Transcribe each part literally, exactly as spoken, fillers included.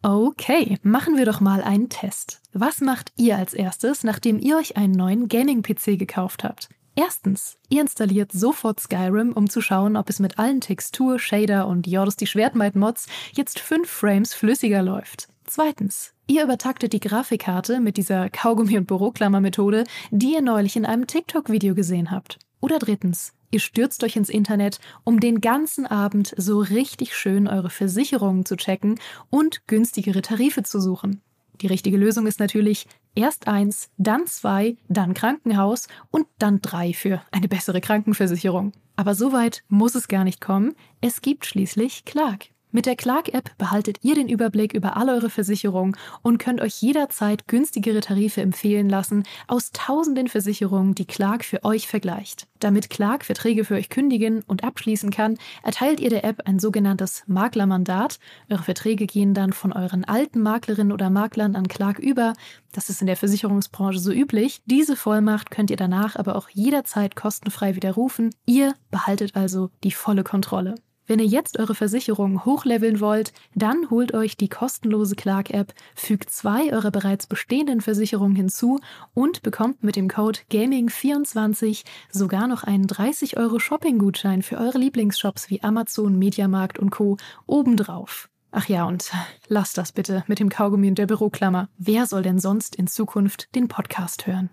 Okay, machen wir doch mal einen Test. Was macht ihr als erstes, nachdem ihr euch einen neuen Gaming-P C gekauft habt? Erstens, ihr installiert sofort Skyrim, um zu schauen, ob es mit allen Textur-, Shader- und Jordos die Schwertmaid-Mods jetzt fünf Frames flüssiger läuft. Zweitens, ihr übertaktet die Grafikkarte mit dieser Kaugummi- und Büroklammer-Methode, die ihr neulich in einem TikTok-Video gesehen habt. Oder drittens, ihr stürzt euch ins Internet, um den ganzen Abend so richtig schön eure Versicherungen zu checken und günstigere Tarife zu suchen. Die richtige Lösung ist natürlich erst eins, dann zwei, dann Krankenhaus und dann drei für eine bessere Krankenversicherung. Aber so weit muss es gar nicht kommen. Es gibt schließlich Clark. Mit der Clark-App behaltet ihr den Überblick über all eure Versicherungen und könnt euch jederzeit günstigere Tarife empfehlen lassen aus tausenden Versicherungen, die Clark für euch vergleicht. Damit Clark Verträge für euch kündigen und abschließen kann, erteilt ihr der App ein sogenanntes Maklermandat. Eure Verträge gehen dann von euren alten Maklerinnen oder Maklern an Clark über. Das ist in der Versicherungsbranche so üblich. Diese Vollmacht könnt ihr danach aber auch jederzeit kostenfrei widerrufen. Ihr behaltet also die volle Kontrolle. Wenn ihr jetzt eure Versicherung hochleveln wollt, dann holt euch die kostenlose Clark-App, fügt zwei eurer bereits bestehenden Versicherungen hinzu und bekommt mit dem Code Gaming vierundzwanzig sogar noch einen dreißig Euro Shopping-Gutschein für eure Lieblingsshops wie Amazon, Mediamarkt und Co. obendrauf. Ach ja, und lasst das bitte mit dem Kaugummi und der Büroklammer. Wer soll denn sonst in Zukunft den Podcast hören?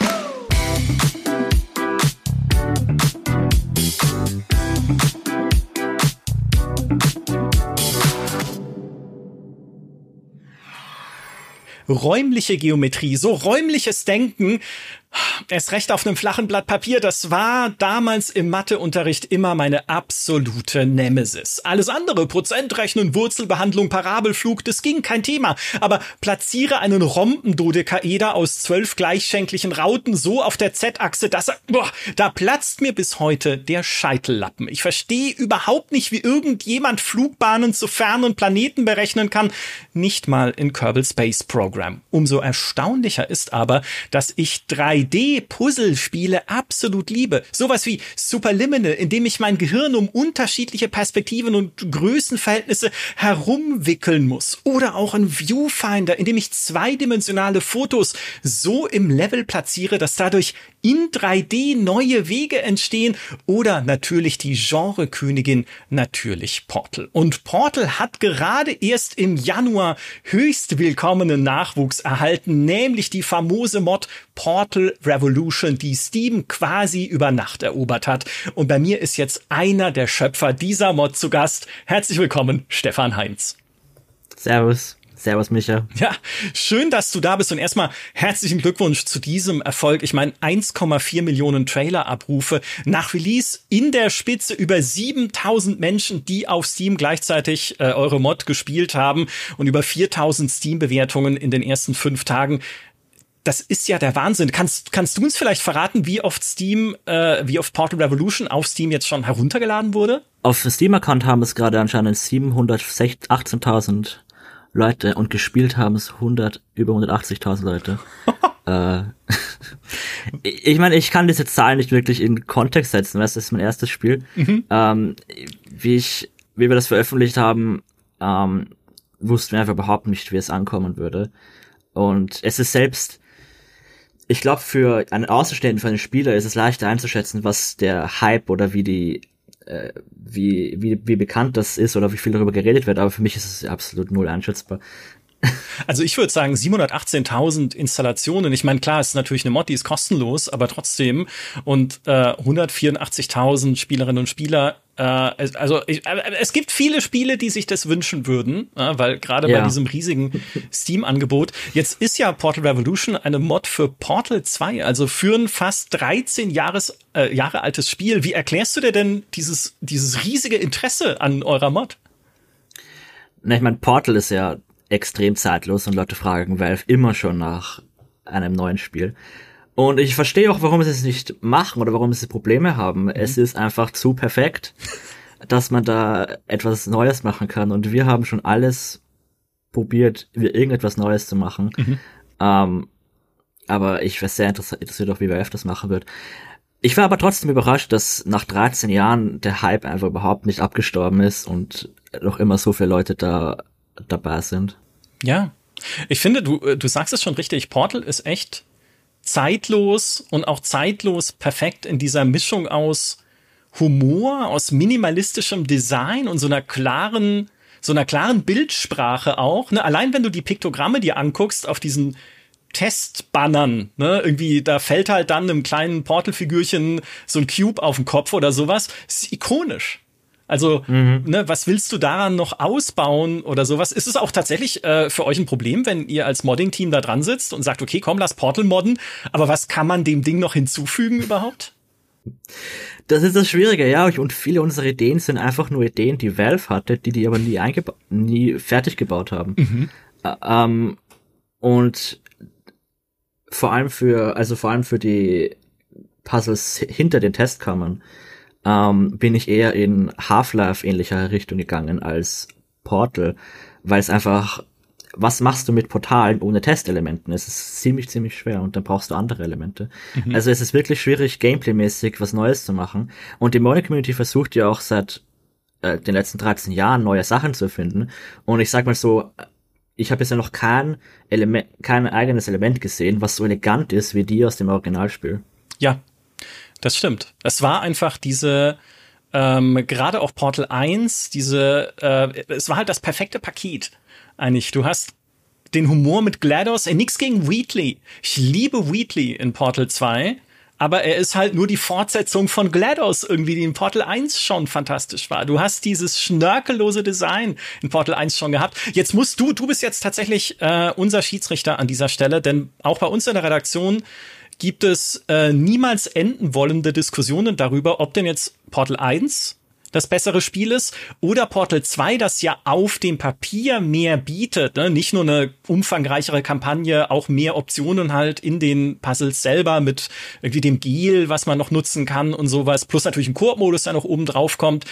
Räumliche Geometrie, so räumliches Denken, erst recht auf einem flachen Blatt Papier, das war damals im Matheunterricht immer meine absolute Nemesis. Alles andere, Prozentrechnen, Wurzelbehandlung, Parabelflug, das ging, kein Thema. Aber platziere einen Rhombendodekaeder aus zwölf gleichschenklichen Rauten so auf der Z-Achse, dass er, boah, da platzt mir bis heute der Scheitellappen. Ich verstehe überhaupt nicht, wie irgendjemand Flugbahnen zu fernen Planeten berechnen kann. Nicht mal in Kerbal Space Program. Umso erstaunlicher ist aber, dass ich drei D Puzzlespiele absolut liebe. Sowas wie Superliminal, in dem ich mein Gehirn um unterschiedliche Perspektiven und Größenverhältnisse herumwickeln muss. Oder auch ein Viewfinder, in dem ich zweidimensionale Fotos so im Level platziere, dass dadurch in drei D neue Wege entstehen. Oder natürlich die Genrekönigin, natürlich Portal. Und Portal hat gerade erst im Januar höchst willkommenen Nachwuchs erhalten, nämlich die famose Mod Portal Revolution, die Steam quasi über Nacht erobert hat. Und bei mir ist jetzt einer der Schöpfer dieser Mod zu Gast. Herzlich willkommen, Stefan Heinz. Servus. Servus, Micha. Ja, schön, dass du da bist und erstmal herzlichen Glückwunsch zu diesem Erfolg. Ich meine, eins Komma vier Millionen Trailer-Abrufe nach Release, in der Spitze über siebentausend Menschen, die auf Steam gleichzeitig äh, eure Mod gespielt haben und über viertausend Steam-Bewertungen in den ersten fünf Tagen. Das ist ja der Wahnsinn. Kannst, kannst du uns vielleicht verraten, wie oft Steam, äh, wie oft Portal Revolution auf Steam jetzt schon heruntergeladen wurde? Auf Steam-Account haben es gerade anscheinend siebenhundertachtzehntausend Leute und gespielt haben es hundert, über hundertachtzigtausend Leute. äh, ich meine, ich kann diese Zahlen nicht wirklich in Kontext setzen, weil es ist mein erstes Spiel. Mhm. Ähm, wie ich, wie wir das veröffentlicht haben, ähm, wussten wir einfach überhaupt nicht, wie es ankommen würde. Und es ist selbst, ich glaube, für einen Außenstehenden, für einen Spieler ist es leichter einzuschätzen, was der Hype oder wie die äh, wie wie wie bekannt das ist oder wie viel darüber geredet wird, aber für mich ist es absolut null einschätzbar. Also ich würde sagen siebenhundertachtzehntausend Installationen. Ich meine, klar, es ist natürlich eine Mod, die ist kostenlos, aber trotzdem. Und äh, hundertvierundachtzigtausend Spielerinnen und Spieler. Äh, also ich, äh, es gibt viele Spiele, die sich das wünschen würden, äh, weil gerade ja. bei diesem riesigen Steam-Angebot. Jetzt ist ja Portal Revolution eine Mod für Portal zwei, also für ein fast dreizehn Jahres, äh, Jahre altes Spiel. Wie erklärst du dir denn dieses dieses riesige Interesse an eurer Mod? Na, ich meine, Portal ist ja extrem zeitlos und Leute fragen Valve immer schon nach einem neuen Spiel. Und ich verstehe auch, warum sie es nicht machen oder warum sie Probleme haben. Mhm. Es ist einfach zu perfekt, dass man da etwas Neues machen kann. Und wir haben schon alles probiert, irgendetwas Neues zu machen. Mhm. Ähm, aber ich wäre sehr interessiert auch, wie Valve das machen wird. Ich war aber trotzdem überrascht, dass nach dreizehn Jahren der Hype einfach überhaupt nicht abgestorben ist und noch immer so viele Leute da dabei sind. Ja, ich finde, du, du sagst es schon richtig, Portal ist echt zeitlos und auch zeitlos perfekt in dieser Mischung aus Humor, aus minimalistischem Design und so einer klaren, so einer klaren Bildsprache auch. Ne? Allein wenn du die Piktogramme dir anguckst auf diesen Testbannern, ne, irgendwie, da fällt halt dann einem kleinen Portal-Figürchen so ein Cube auf den Kopf oder sowas. Das ist ikonisch. Also, mhm. ne, was willst du daran noch ausbauen oder sowas? Ist es auch tatsächlich äh, für euch ein Problem, wenn ihr als Modding-Team da dran sitzt und sagt, okay, komm, lass Portal modden, aber was kann man dem Ding noch hinzufügen überhaupt? Das ist das Schwierige, ja, und viele unserer Ideen sind einfach nur Ideen, die Valve hatte, die die aber nie eingeba- nie fertig gebaut haben. Mhm. Ä- ähm, und vor allem für, also vor allem für die Puzzles hinter den Testkammern, ähm, bin ich eher in Half-Life ähnlicher Richtung gegangen als Portal, weil es einfach, was machst du mit Portalen ohne Testelementen? Es ist ziemlich, ziemlich schwer und dann brauchst du andere Elemente. Mhm. Also es ist wirklich schwierig, gameplaymäßig was Neues zu machen. Und die Modding-Community versucht ja auch seit äh, den letzten dreizehn Jahren neue Sachen zu finden. Und ich sag mal so, ich habe bisher noch kein Element, kein eigenes Element gesehen, was so elegant ist wie die aus dem Originalspiel. Ja, das stimmt. Es war einfach diese, ähm, gerade auch Portal eins, diese, äh, es war halt das perfekte Paket eigentlich. Du hast den Humor mit GLaDOS, äh, nix gegen Wheatley. Ich liebe Wheatley in Portal zwei, aber er ist halt nur die Fortsetzung von GLaDOS irgendwie, die in Portal eins schon fantastisch war. Du hast dieses schnörkellose Design in Portal eins schon gehabt. Jetzt musst du, du bist jetzt tatsächlich äh, unser Schiedsrichter an dieser Stelle, denn auch bei uns in der Redaktion gibt es äh, niemals enden wollende Diskussionen darüber, ob denn jetzt Portal eins das bessere Spiel ist oder Portal zwei, das ja auf dem Papier mehr bietet, ne? Nicht nur eine umfangreichere Kampagne, auch mehr Optionen halt in den Puzzles selber mit irgendwie dem Gel, was man noch nutzen kann und sowas, plus natürlich ein Koop-Modus, der noch oben drauf kommt.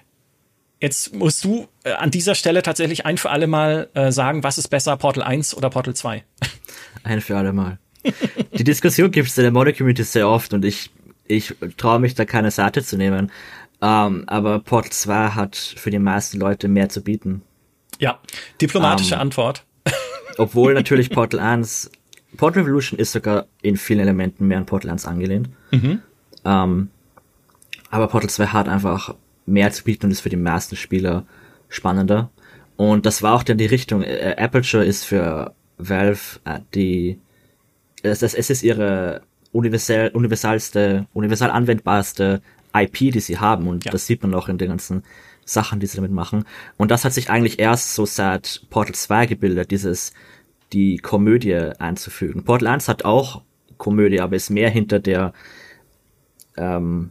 Jetzt musst du äh, an dieser Stelle tatsächlich ein für alle Mal äh, sagen, was ist besser, Portal eins oder Portal zwei? Ein für alle Mal. Die Diskussion gibt es in der Modding-Community sehr oft und ich, ich traue mich da keine Seite zu nehmen. Um, aber Portal zwei hat für die meisten Leute mehr zu bieten. Ja, diplomatische um, Antwort. Obwohl natürlich Portal eins, Portal Revolution ist sogar in vielen Elementen mehr an Portal eins angelehnt. Mhm. Um, aber Portal zwei hat einfach mehr zu bieten und ist für die meisten Spieler spannender. Und das war auch dann die Richtung. Äh, Aperture ist für Valve äh, die, es, es ist ihre universell, universalste, universal anwendbarste I P, die sie haben, und ja. Das sieht man auch in den ganzen Sachen, die sie damit machen. Und das hat sich eigentlich erst so seit Portal zwei gebildet, dieses, die Komödie einzufügen. Portal eins hat auch Komödie, aber ist mehr hinter der, ähm,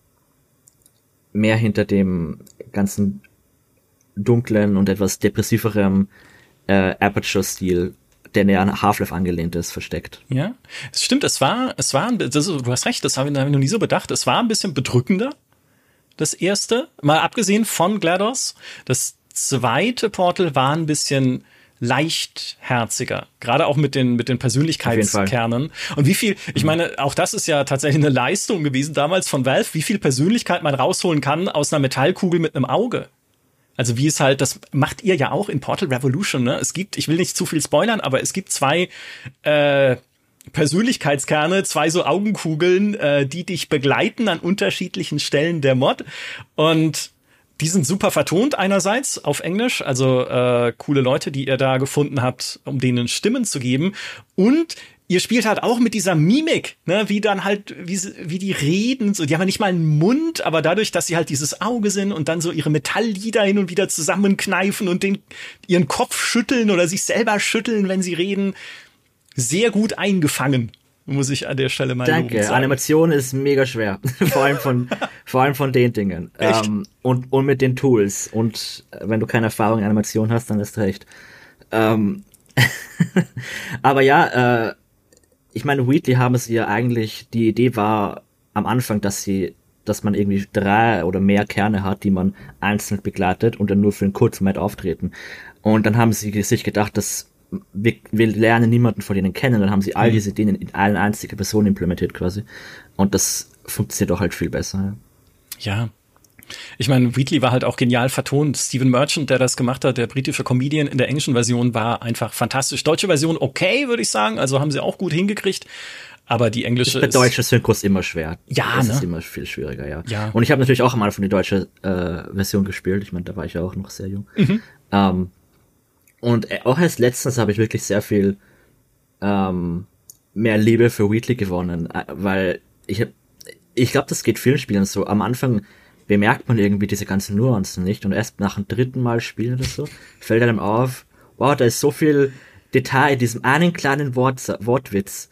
mehr hinter dem ganzen dunklen und etwas depressiverem äh, Aperture-Stil, der näher an Half-Life angelehnt ist, versteckt. Ja, es stimmt, es war, es war, das, du hast recht, das habe ich noch nie so bedacht, es war ein bisschen bedrückender, das erste, mal abgesehen von GLaDOS. Das zweite Portal war ein bisschen leichtherziger, gerade auch mit den, mit den Persönlichkeitskernen. Und wie viel, ich meine, auch das ist ja tatsächlich eine Leistung gewesen damals von Valve, wie viel Persönlichkeit man rausholen kann aus einer Metallkugel mit einem Auge. Also wie es halt, das macht ihr ja auch in Portal Revolution, ne? Es gibt, ich will nicht zu viel spoilern, aber es gibt zwei äh, Persönlichkeitskerne, zwei so Augenkugeln, äh, die dich begleiten an unterschiedlichen Stellen der Mod. Und die sind super vertont einerseits auf Englisch, also äh, coole Leute, die ihr da gefunden habt, um denen Stimmen zu geben. Und ihr spielt halt auch mit dieser Mimik, ne, wie dann halt, wie, wie die reden, so, die haben ja nicht mal einen Mund, aber dadurch, dass sie halt dieses Auge sind und dann so ihre Metalllider hin und wieder zusammenkneifen und den, ihren Kopf schütteln oder sich selber schütteln, wenn sie reden, sehr gut eingefangen, muss ich an der Stelle mal loben. Danke, Animation ist mega schwer, vor allem von, vor allem von den Dingen. Ähm, und, und mit den Tools. Und wenn du keine Erfahrung in Animation hast, dann ist recht. Ähm, aber ja, äh, ich meine, Wheatley haben es ja eigentlich, die Idee war am Anfang, dass sie, dass man irgendwie drei oder mehr Kerne hat, die man einzeln begleitet und dann nur für einen kurzen Moment auftreten. Und dann haben sie sich gedacht, dass wir, wir lernen niemanden von denen kennen, dann haben sie all diese Ideen in eine einzige Person implementiert quasi. Und das funktioniert auch halt viel besser. Ja. Ich meine, Wheatley war halt auch genial vertont. Stephen Merchant, der das gemacht hat, der britische Comedian in der englischen Version, war einfach fantastisch. Deutsche Version okay, würde ich sagen. Also haben sie auch gut hingekriegt. Aber die englische ist... Bei deutscher Synchro ist immer schwer. Ja, das ne? ist immer viel schwieriger, ja. ja. Und ich habe natürlich auch am Anfang die deutsche äh, Version gespielt. Ich meine, da war ich ja auch noch sehr jung. Mhm. Ähm, und auch erst letztens habe ich wirklich sehr viel ähm, mehr Liebe für Wheatley gewonnen. Weil ich habe Ich glaube, das geht vielen Spielern so. Am Anfang bemerkt man irgendwie diese ganzen Nuancen nicht und erst nach dem dritten Mal spielen oder so fällt einem auf, wow, da ist so viel Detail in diesem einen kleinen Wort, Wortwitz.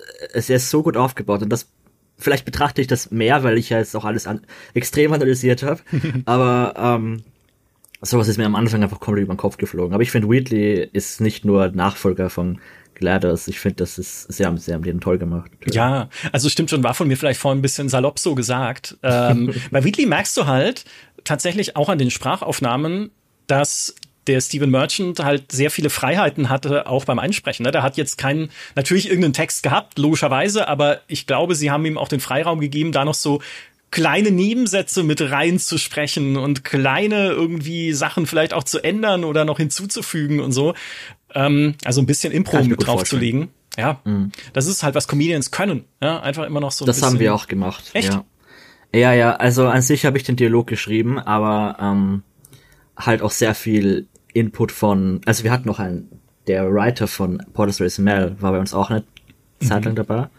Es ist so gut aufgebaut und das, vielleicht betrachte ich das mehr, weil ich ja jetzt auch alles an, extrem analysiert habe, aber ähm, sowas ist mir am Anfang einfach komplett über den Kopf geflogen. Aber ich finde, Wheatley ist nicht nur Nachfolger von GLaDOS. Ich finde, das ist, sie haben, sie haben den toll gemacht. Natürlich. Ja, also stimmt schon, war von mir vielleicht vorhin ein bisschen salopp so gesagt. Ähm, bei Wheatley merkst du halt tatsächlich auch an den Sprachaufnahmen, dass der Stephen Merchant halt sehr viele Freiheiten hatte, auch beim Einsprechen. Ne? Der hat jetzt keinen, natürlich irgendeinen Text gehabt, logischerweise, aber ich glaube, sie haben ihm auch den Freiraum gegeben, da noch so kleine Nebensätze mit reinzusprechen und kleine irgendwie Sachen vielleicht auch zu ändern oder noch hinzuzufügen und so. Ähm, also ein bisschen Impro mit draufzulegen. Ja, mhm. Das ist halt, was Comedians können. Ja, einfach immer noch so ein das bisschen. Das haben wir auch gemacht. Echt? Ja, ja, ja, also an sich habe ich den Dialog geschrieben, aber ähm, halt auch sehr viel Input von, also wir hatten noch einen, der Writer von Porter's Race Mel war bei uns auch eine Zeit lang mhm. dabei.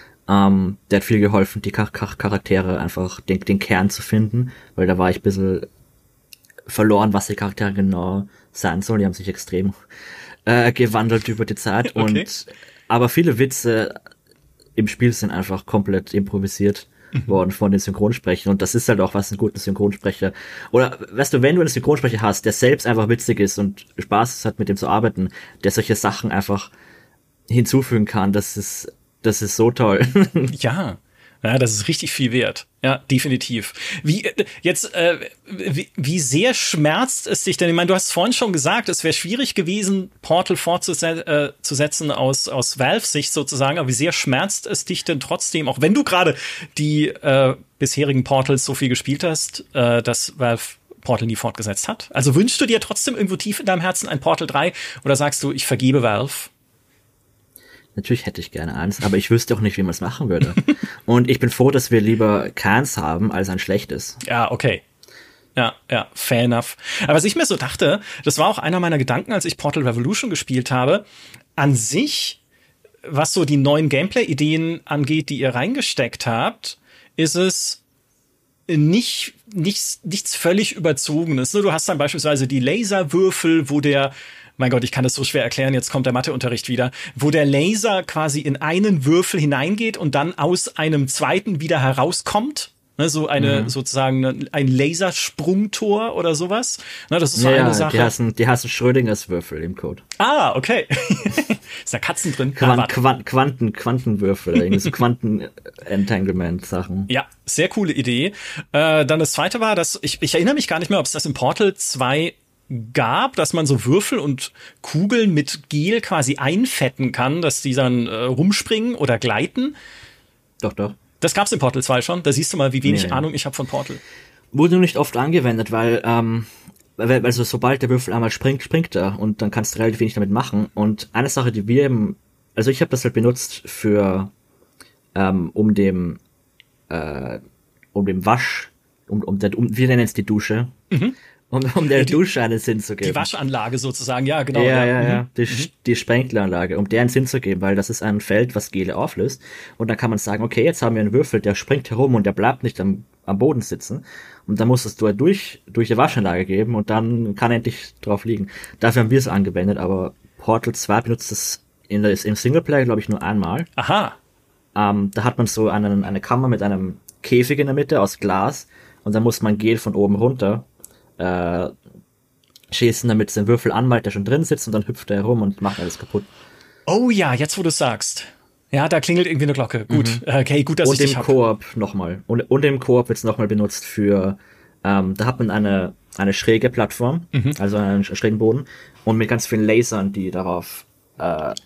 Ähm, der hat viel geholfen, die Char- Char- Charaktere einfach, den, den Kern zu finden, weil da war ich ein bisschen verloren, was die Charaktere genau sein sollen. Die haben sich extrem äh, gewandelt über die Zeit. Okay. Und aber viele Witze im Spiel sind einfach komplett improvisiert mhm. worden von den Synchronsprechern. Und das ist halt auch, was ein guter Synchronsprecher, oder weißt du, wenn du einen Synchronsprecher hast, der selbst einfach witzig ist und Spaß hat, mit dem zu arbeiten, der solche Sachen einfach hinzufügen kann, das ist Das ist so toll. Ja, ja, das ist richtig viel wert. Ja, definitiv. Wie jetzt, äh, wie, wie sehr schmerzt es dich denn? Ich meine, du hast vorhin schon gesagt, es wäre schwierig gewesen, Portal fortzusetzen äh, aus aus Valves Sicht sozusagen. Aber wie sehr schmerzt es dich denn trotzdem, auch wenn du gerade die äh, bisherigen Portals so viel gespielt hast, äh, dass Valve Portal nie fortgesetzt hat? Also wünschst du dir trotzdem irgendwo tief in deinem Herzen ein Portal drei oder sagst du, ich vergebe Valve? Natürlich hätte ich gerne eins, aber ich wüsste auch nicht, wie man es machen würde. Und ich bin froh, dass wir lieber keins haben, als ein schlechtes. Ja, okay. Ja, ja, fair enough. Aber was ich mir so dachte, das war auch einer meiner Gedanken, als ich Portal Revolution gespielt habe, an sich, was so die neuen Gameplay-Ideen angeht, die ihr reingesteckt habt, ist es nicht, nichts, nichts völlig Überzogenes. Du hast dann beispielsweise die Laserwürfel, wo der mein Gott, ich kann das so schwer erklären, jetzt kommt der Matheunterricht wieder, wo der Laser quasi in einen Würfel hineingeht und dann aus einem zweiten wieder herauskommt. Ne, so eine, mhm. sozusagen ein Lasersprungtor oder sowas. Ne, das ist so ja, eine Sache. Die heißen, die heißen Schrödingers Würfel im Code. Ah, okay. Ist da Katzen drin? Quant, ah, Quant, Quanten, Quantenwürfel, irgendwie so Quanten-Entanglement-Sachen. Ja, sehr coole Idee. Äh, dann das zweite war, dass ich, ich erinnere mich gar nicht mehr, ob es das in Portal zwei gab, dass man so Würfel und Kugeln mit Gel quasi einfetten kann, dass die dann äh, rumspringen oder gleiten. Doch, doch. Das gab's in Portal zwei schon. Da siehst du mal, wie wenig nee, Ahnung ich habe von Portal. Wurde nur nicht oft angewendet, weil, ähm, weil also sobald der Würfel einmal springt, springt er und dann kannst du relativ wenig damit machen. Und eine Sache, die wir eben, also ich habe das halt benutzt für, ähm, um dem, äh, um dem Wasch, um, um, der, um wir nennen es die Dusche. Mhm. Um, um der die, Dusche einen Sinn zu geben. Die Waschanlage sozusagen, ja, genau. Ja, ja, ja, ja. Mhm. Die, die Sprenkleranlage, um der einen Sinn zu geben, weil das ist ein Feld, was Gele auflöst. Und dann kann man sagen, okay, jetzt haben wir einen Würfel, der springt herum und der bleibt nicht am, am Boden sitzen. Und dann musstest du durch, durch die Waschanlage geben und dann kann er endlich drauf liegen. Dafür haben wir es angewendet, aber Portal zwei benutzt es in der, im Singleplayer, glaube ich, nur einmal. Aha. Ähm, da hat man so einen, eine Kammer mit einem Käfig in der Mitte aus Glas und dann muss man Gel von oben runter äh, schießen, damit es den Würfel anmalt, der schon drin sitzt und dann hüpft er herum und macht alles kaputt. Oh ja, jetzt wo du es sagst. Ja, da klingelt irgendwie eine Glocke. Gut, mhm. okay, gut, dass und ich dich hab. Und im Koop nochmal. Und, und im Koop wird es nochmal benutzt für, ähm, da hat man eine, eine schräge Plattform, mhm. also einen schrägen Boden und mit ganz vielen Lasern, die darauf äh,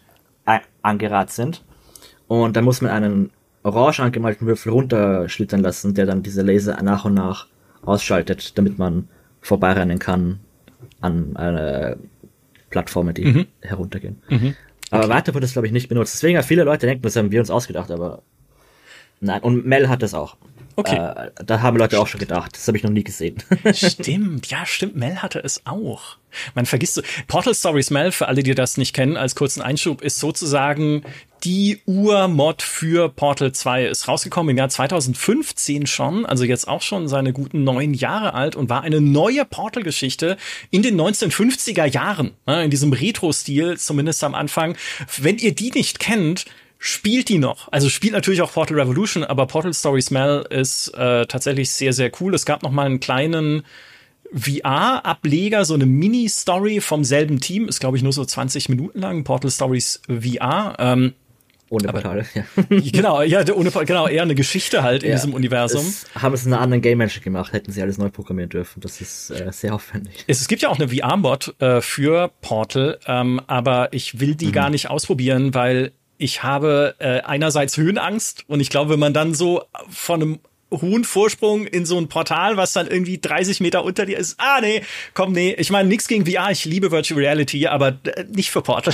angerat sind. Und da muss man einen orange angemalten Würfel runterschlittern lassen, der dann diese Laser nach und nach ausschaltet, damit man vorbeirennen kann an eine Plattformen, die Mhm. heruntergehen. Mhm. Aber weiter wird es, glaube ich, nicht benutzt. Deswegen haben viele Leute denken, das haben wir uns ausgedacht, aber nein. Und Mel hat das auch. Okay. Äh, da haben Leute auch schon gedacht. Das habe ich noch nie gesehen. Stimmt, ja, stimmt. Mel hatte es auch. Man vergisst so. Portal Stories Mel, für alle, die das nicht kennen, als kurzen Einschub, ist sozusagen die Ur-Mod für Portal zwei. Ist rausgekommen im Jahr zweitausendfünfzehn schon, also jetzt auch schon seine guten neun Jahre alt und war eine neue Portal-Geschichte in den neunzehnhundertfünfziger Jahren. Ne, in diesem Retro-Stil, zumindest am Anfang. Wenn ihr die nicht kennt, spielt die noch. Also spielt natürlich auch Portal Revolution, aber Portal Stories Mel ist äh, tatsächlich sehr, sehr cool. Es gab noch mal einen kleinen V R-Ableger, so eine Mini-Story vom selben Team. Ist, glaube ich, nur so zwanzig Minuten lang. Portal Stories V R. Ähm, Ohne aber- Portale, ja. genau, ja, ohne, genau, eher eine Geschichte halt in Ja, diesem Universum. Es haben es in einer anderen Game Engine gemacht, hätten sie alles neu programmieren dürfen. Das ist äh, sehr aufwendig. Es, es gibt ja auch eine V R-Mod äh, für Portal, ähm, aber ich will die gar nicht ausprobieren, weil ich habe äh, einerseits Höhenangst und ich glaube, wenn man dann so von einem hohen Vorsprung in so ein Portal, was dann irgendwie dreißig Meter unter dir ist, ah nee, komm nee, ich meine, nichts gegen V R, ich liebe Virtual Reality, aber äh, nicht für Portal.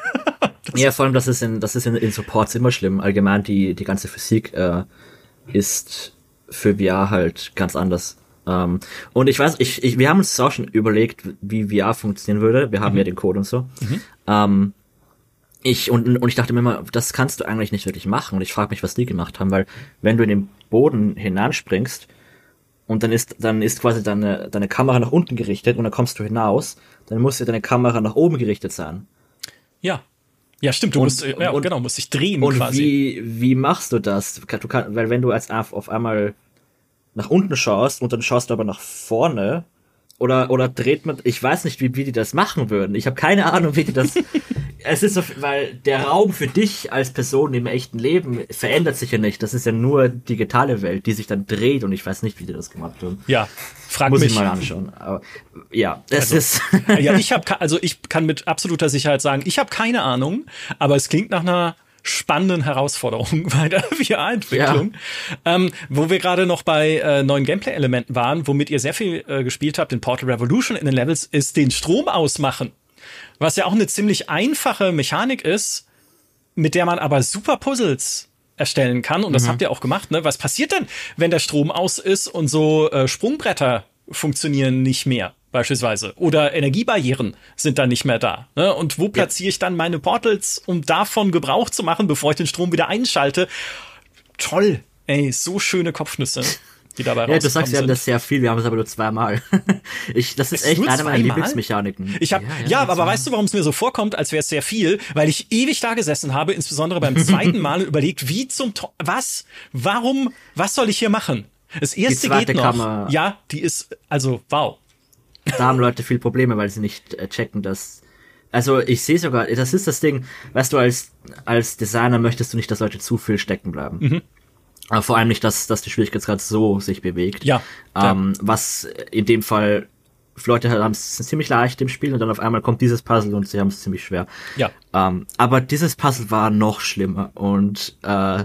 Ja, vor allem, das ist in, das ist in, in Supports immer schlimm. Allgemein, die, die ganze Physik äh, ist für V R halt ganz anders. Ähm, und ich weiß, ich, ich, wir haben uns auch schon überlegt, wie V R funktionieren würde. Wir haben Mhm. ja den Code und so. Mhm. Ähm, ich, und, und ich dachte mir immer, das kannst du eigentlich nicht wirklich machen. Und ich frage mich, was die gemacht haben, weil wenn du in den Boden hinanspringst und dann ist, dann ist quasi deine, deine Kamera nach unten gerichtet und dann kommst du hinaus, dann muss ja deine Kamera nach oben gerichtet sein. Ja. Ja, stimmt, du Und- musst, ja, und- genau, musst dich drehen Und quasi. wie, wie machst du das? Du kann, weil wenn du als auf auf einmal nach unten schaust und dann schaust du aber nach vorne oder oder dreht man, ich weiß nicht, wie, wie die das machen würden. Ich habe keine Ahnung, wie die das. Es ist so, weil der Raum für dich als Person im echten Leben verändert sich ja nicht. Das ist ja nur digitale Welt, die sich dann dreht und ich weiß nicht, wie die das gemacht haben. Ja, frag Muss mich. ich mal anschauen. Aber ja, es Also, ist. Ja, ich habe also ich kann mit absoluter Sicherheit sagen, ich habe keine Ahnung, aber es klingt nach einer spannenden Herausforderung bei der V R-Entwicklung. Ähm, wo wir gerade noch bei äh, neuen Gameplay-Elementen waren, womit ihr sehr viel äh, gespielt habt in Portal Revolution in den Levels, ist den Strom ausmachen. Was ja auch eine ziemlich einfache Mechanik ist, mit der man aber super Puzzles erstellen kann. Und das habt ihr auch gemacht, ne? Was passiert denn, wenn der Strom aus ist und so äh, Sprungbretter funktionieren nicht mehr, beispielsweise? Oder Energiebarrieren sind dann nicht mehr da. Ne? Und wo platziere ich dann meine Portals, um davon Gebrauch zu machen, bevor ich den Strom wieder einschalte? Toll, ey, so schöne Kopfnüsse, die dabei Ja, du rausgekommen sagst, wir haben sind. das sehr viel, wir haben es aber nur zweimal. ich, das ist Es echt nur eine meiner zweimal? Lieblingsmechaniken. Ich hab, ja, aber weißt du, warum es mir so vorkommt, als wäre es sehr viel? Weil ich ewig da gesessen habe, insbesondere beim zweiten Mal überlegt, wie zum To- was, warum, was soll ich hier machen? Das erste zweite geht noch. Kammer- Ja, die ist, also wow. Da haben Leute viel Probleme, weil sie nicht äh, checken, dass. Also ich sehe sogar, das ist das Ding, weißt du, als als Designer möchtest du nicht, dass Leute zu viel stecken bleiben. Mhm. Aber vor allem nicht, dass, dass die Schwierigkeitsgrad so sich bewegt. Ja, Ähm, was in dem Fall, Leute haben es ziemlich leicht im Spiel und dann auf einmal kommt dieses Puzzle und sie haben es ziemlich schwer. Ja. Ähm, aber dieses Puzzle war noch schlimmer und äh,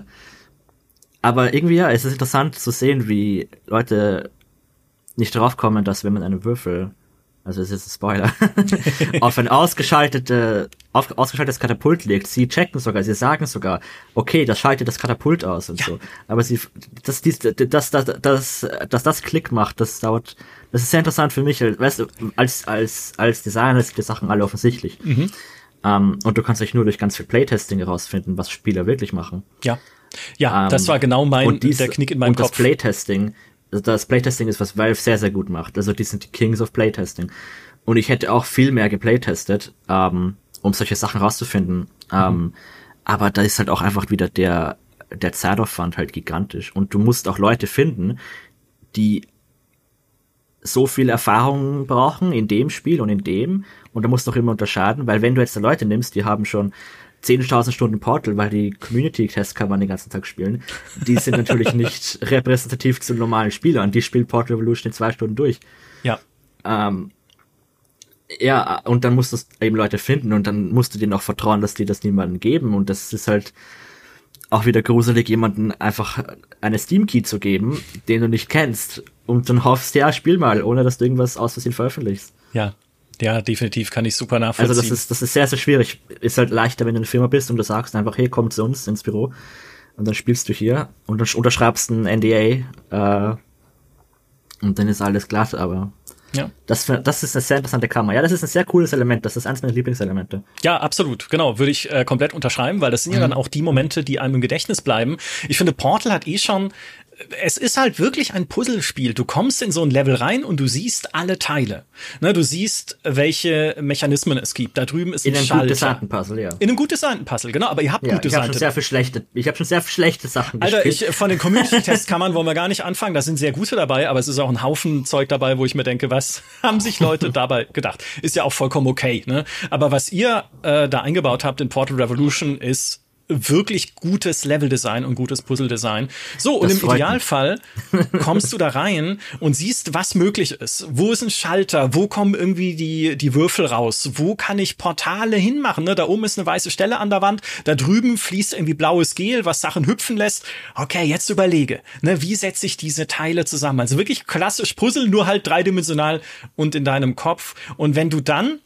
aber irgendwie ja, es ist interessant zu sehen, wie Leute nicht draufkommen, dass wenn man einen Würfel, also das ist jetzt ein Spoiler, auf ein ausgeschaltete, auf ausgeschaltetes Katapult legt, sie checken sogar, sie sagen sogar, okay, das schaltet das Katapult aus und Ja. so. Aber sie, dass dies, dass, dass, dass, dass, dass das Klick macht, das dauert, das ist sehr interessant für mich, weißt du, als, als, als Designer sind die Sachen alle offensichtlich. Mhm. Um, und du kannst euch nur durch ganz viel Playtesting herausfinden, was Spieler wirklich machen. Ja. Ja, Ähm, das war genau mein, und dies, der Knick in meinem und Kopf. das Playtesting, also das Playtesting ist, was Valve sehr, sehr gut macht. Also die sind die Kings of Playtesting. Und ich hätte auch viel mehr geplaytestet, ähm, um solche Sachen rauszufinden. Mhm. Ähm, aber da ist halt auch einfach wieder der, der Zeitaufwand halt gigantisch. Und du musst auch Leute finden, die so viel Erfahrung brauchen in dem Spiel und in dem. Und da musst du auch immer unterscheiden, weil wenn du jetzt da Leute nimmst, die haben schon zehntausend Stunden Portal, weil die Community-Tests kann man den ganzen Tag spielen. Die sind natürlich nicht repräsentativ zu normalen Spielern. Die spielen Portal Revolution in zwei Stunden durch. Ja. Ähm, ja, und dann musst du eben Leute finden und dann musst du denen auch vertrauen, dass die das niemandem geben. Und das ist halt, auch wieder gruselig, jemanden einfach eine Steam-Key zu geben, den du nicht kennst, und dann hoffst, ja, spiel mal, ohne dass du irgendwas aus Versehen veröffentlichst. Ja, ja, definitiv, kann ich super nachvollziehen. Also das ist, das ist sehr, sehr schwierig. Ist halt leichter, wenn du eine Firma bist und du sagst einfach, hey, komm zu uns ins Büro und dann spielst du hier und dann unterschreibst ein N D A äh, und dann ist alles glatt, aber ja. Das, das ist eine sehr interessante Kammer. Ja, das ist ein sehr cooles Element. Das ist eins meiner Lieblingselemente. Ja, absolut. Genau, würde ich äh, komplett unterschreiben, weil das sind mhm. ja dann auch die Momente, die einem im Gedächtnis bleiben. Ich finde, Portal hat eh schon, es ist halt wirklich ein Puzzlespiel. Du kommst in so ein Level rein und du siehst alle Teile. Ne, du siehst, welche Mechanismen es gibt. Da drüben ist ein Schalter. In einem gut designten Puzzle, ja. In einem gut designten Puzzle, genau. Aber ihr habt ja, gut designte. Ich habe schon sehr viel schlechte, ich habe schon sehr viel schlechte Sachen Alter, gespielt. ich, von den Community-Testkammern wollen wir gar nicht anfangen. Da sind sehr gute dabei, aber es ist auch ein Haufen Zeug dabei, wo ich mir denke, was haben sich Leute dabei gedacht? Ist ja auch vollkommen okay, ne? Aber was ihr äh, da eingebaut habt in Portal Revolution ist wirklich gutes Leveldesign und gutes Puzzledesign. So, und das im Idealfall kommst du da rein und siehst, was möglich ist. Wo ist ein Schalter? Wo kommen irgendwie die die Würfel raus? Wo kann ich Portale hinmachen? Ne? Da oben ist eine weiße Stelle an der Wand. Da drüben fließt irgendwie blaues Gel, was Sachen hüpfen lässt. Okay, jetzt überlege, ne, wie setze ich diese Teile zusammen? Also wirklich klassisch Puzzle, nur halt dreidimensional und in deinem Kopf. Und wenn du dann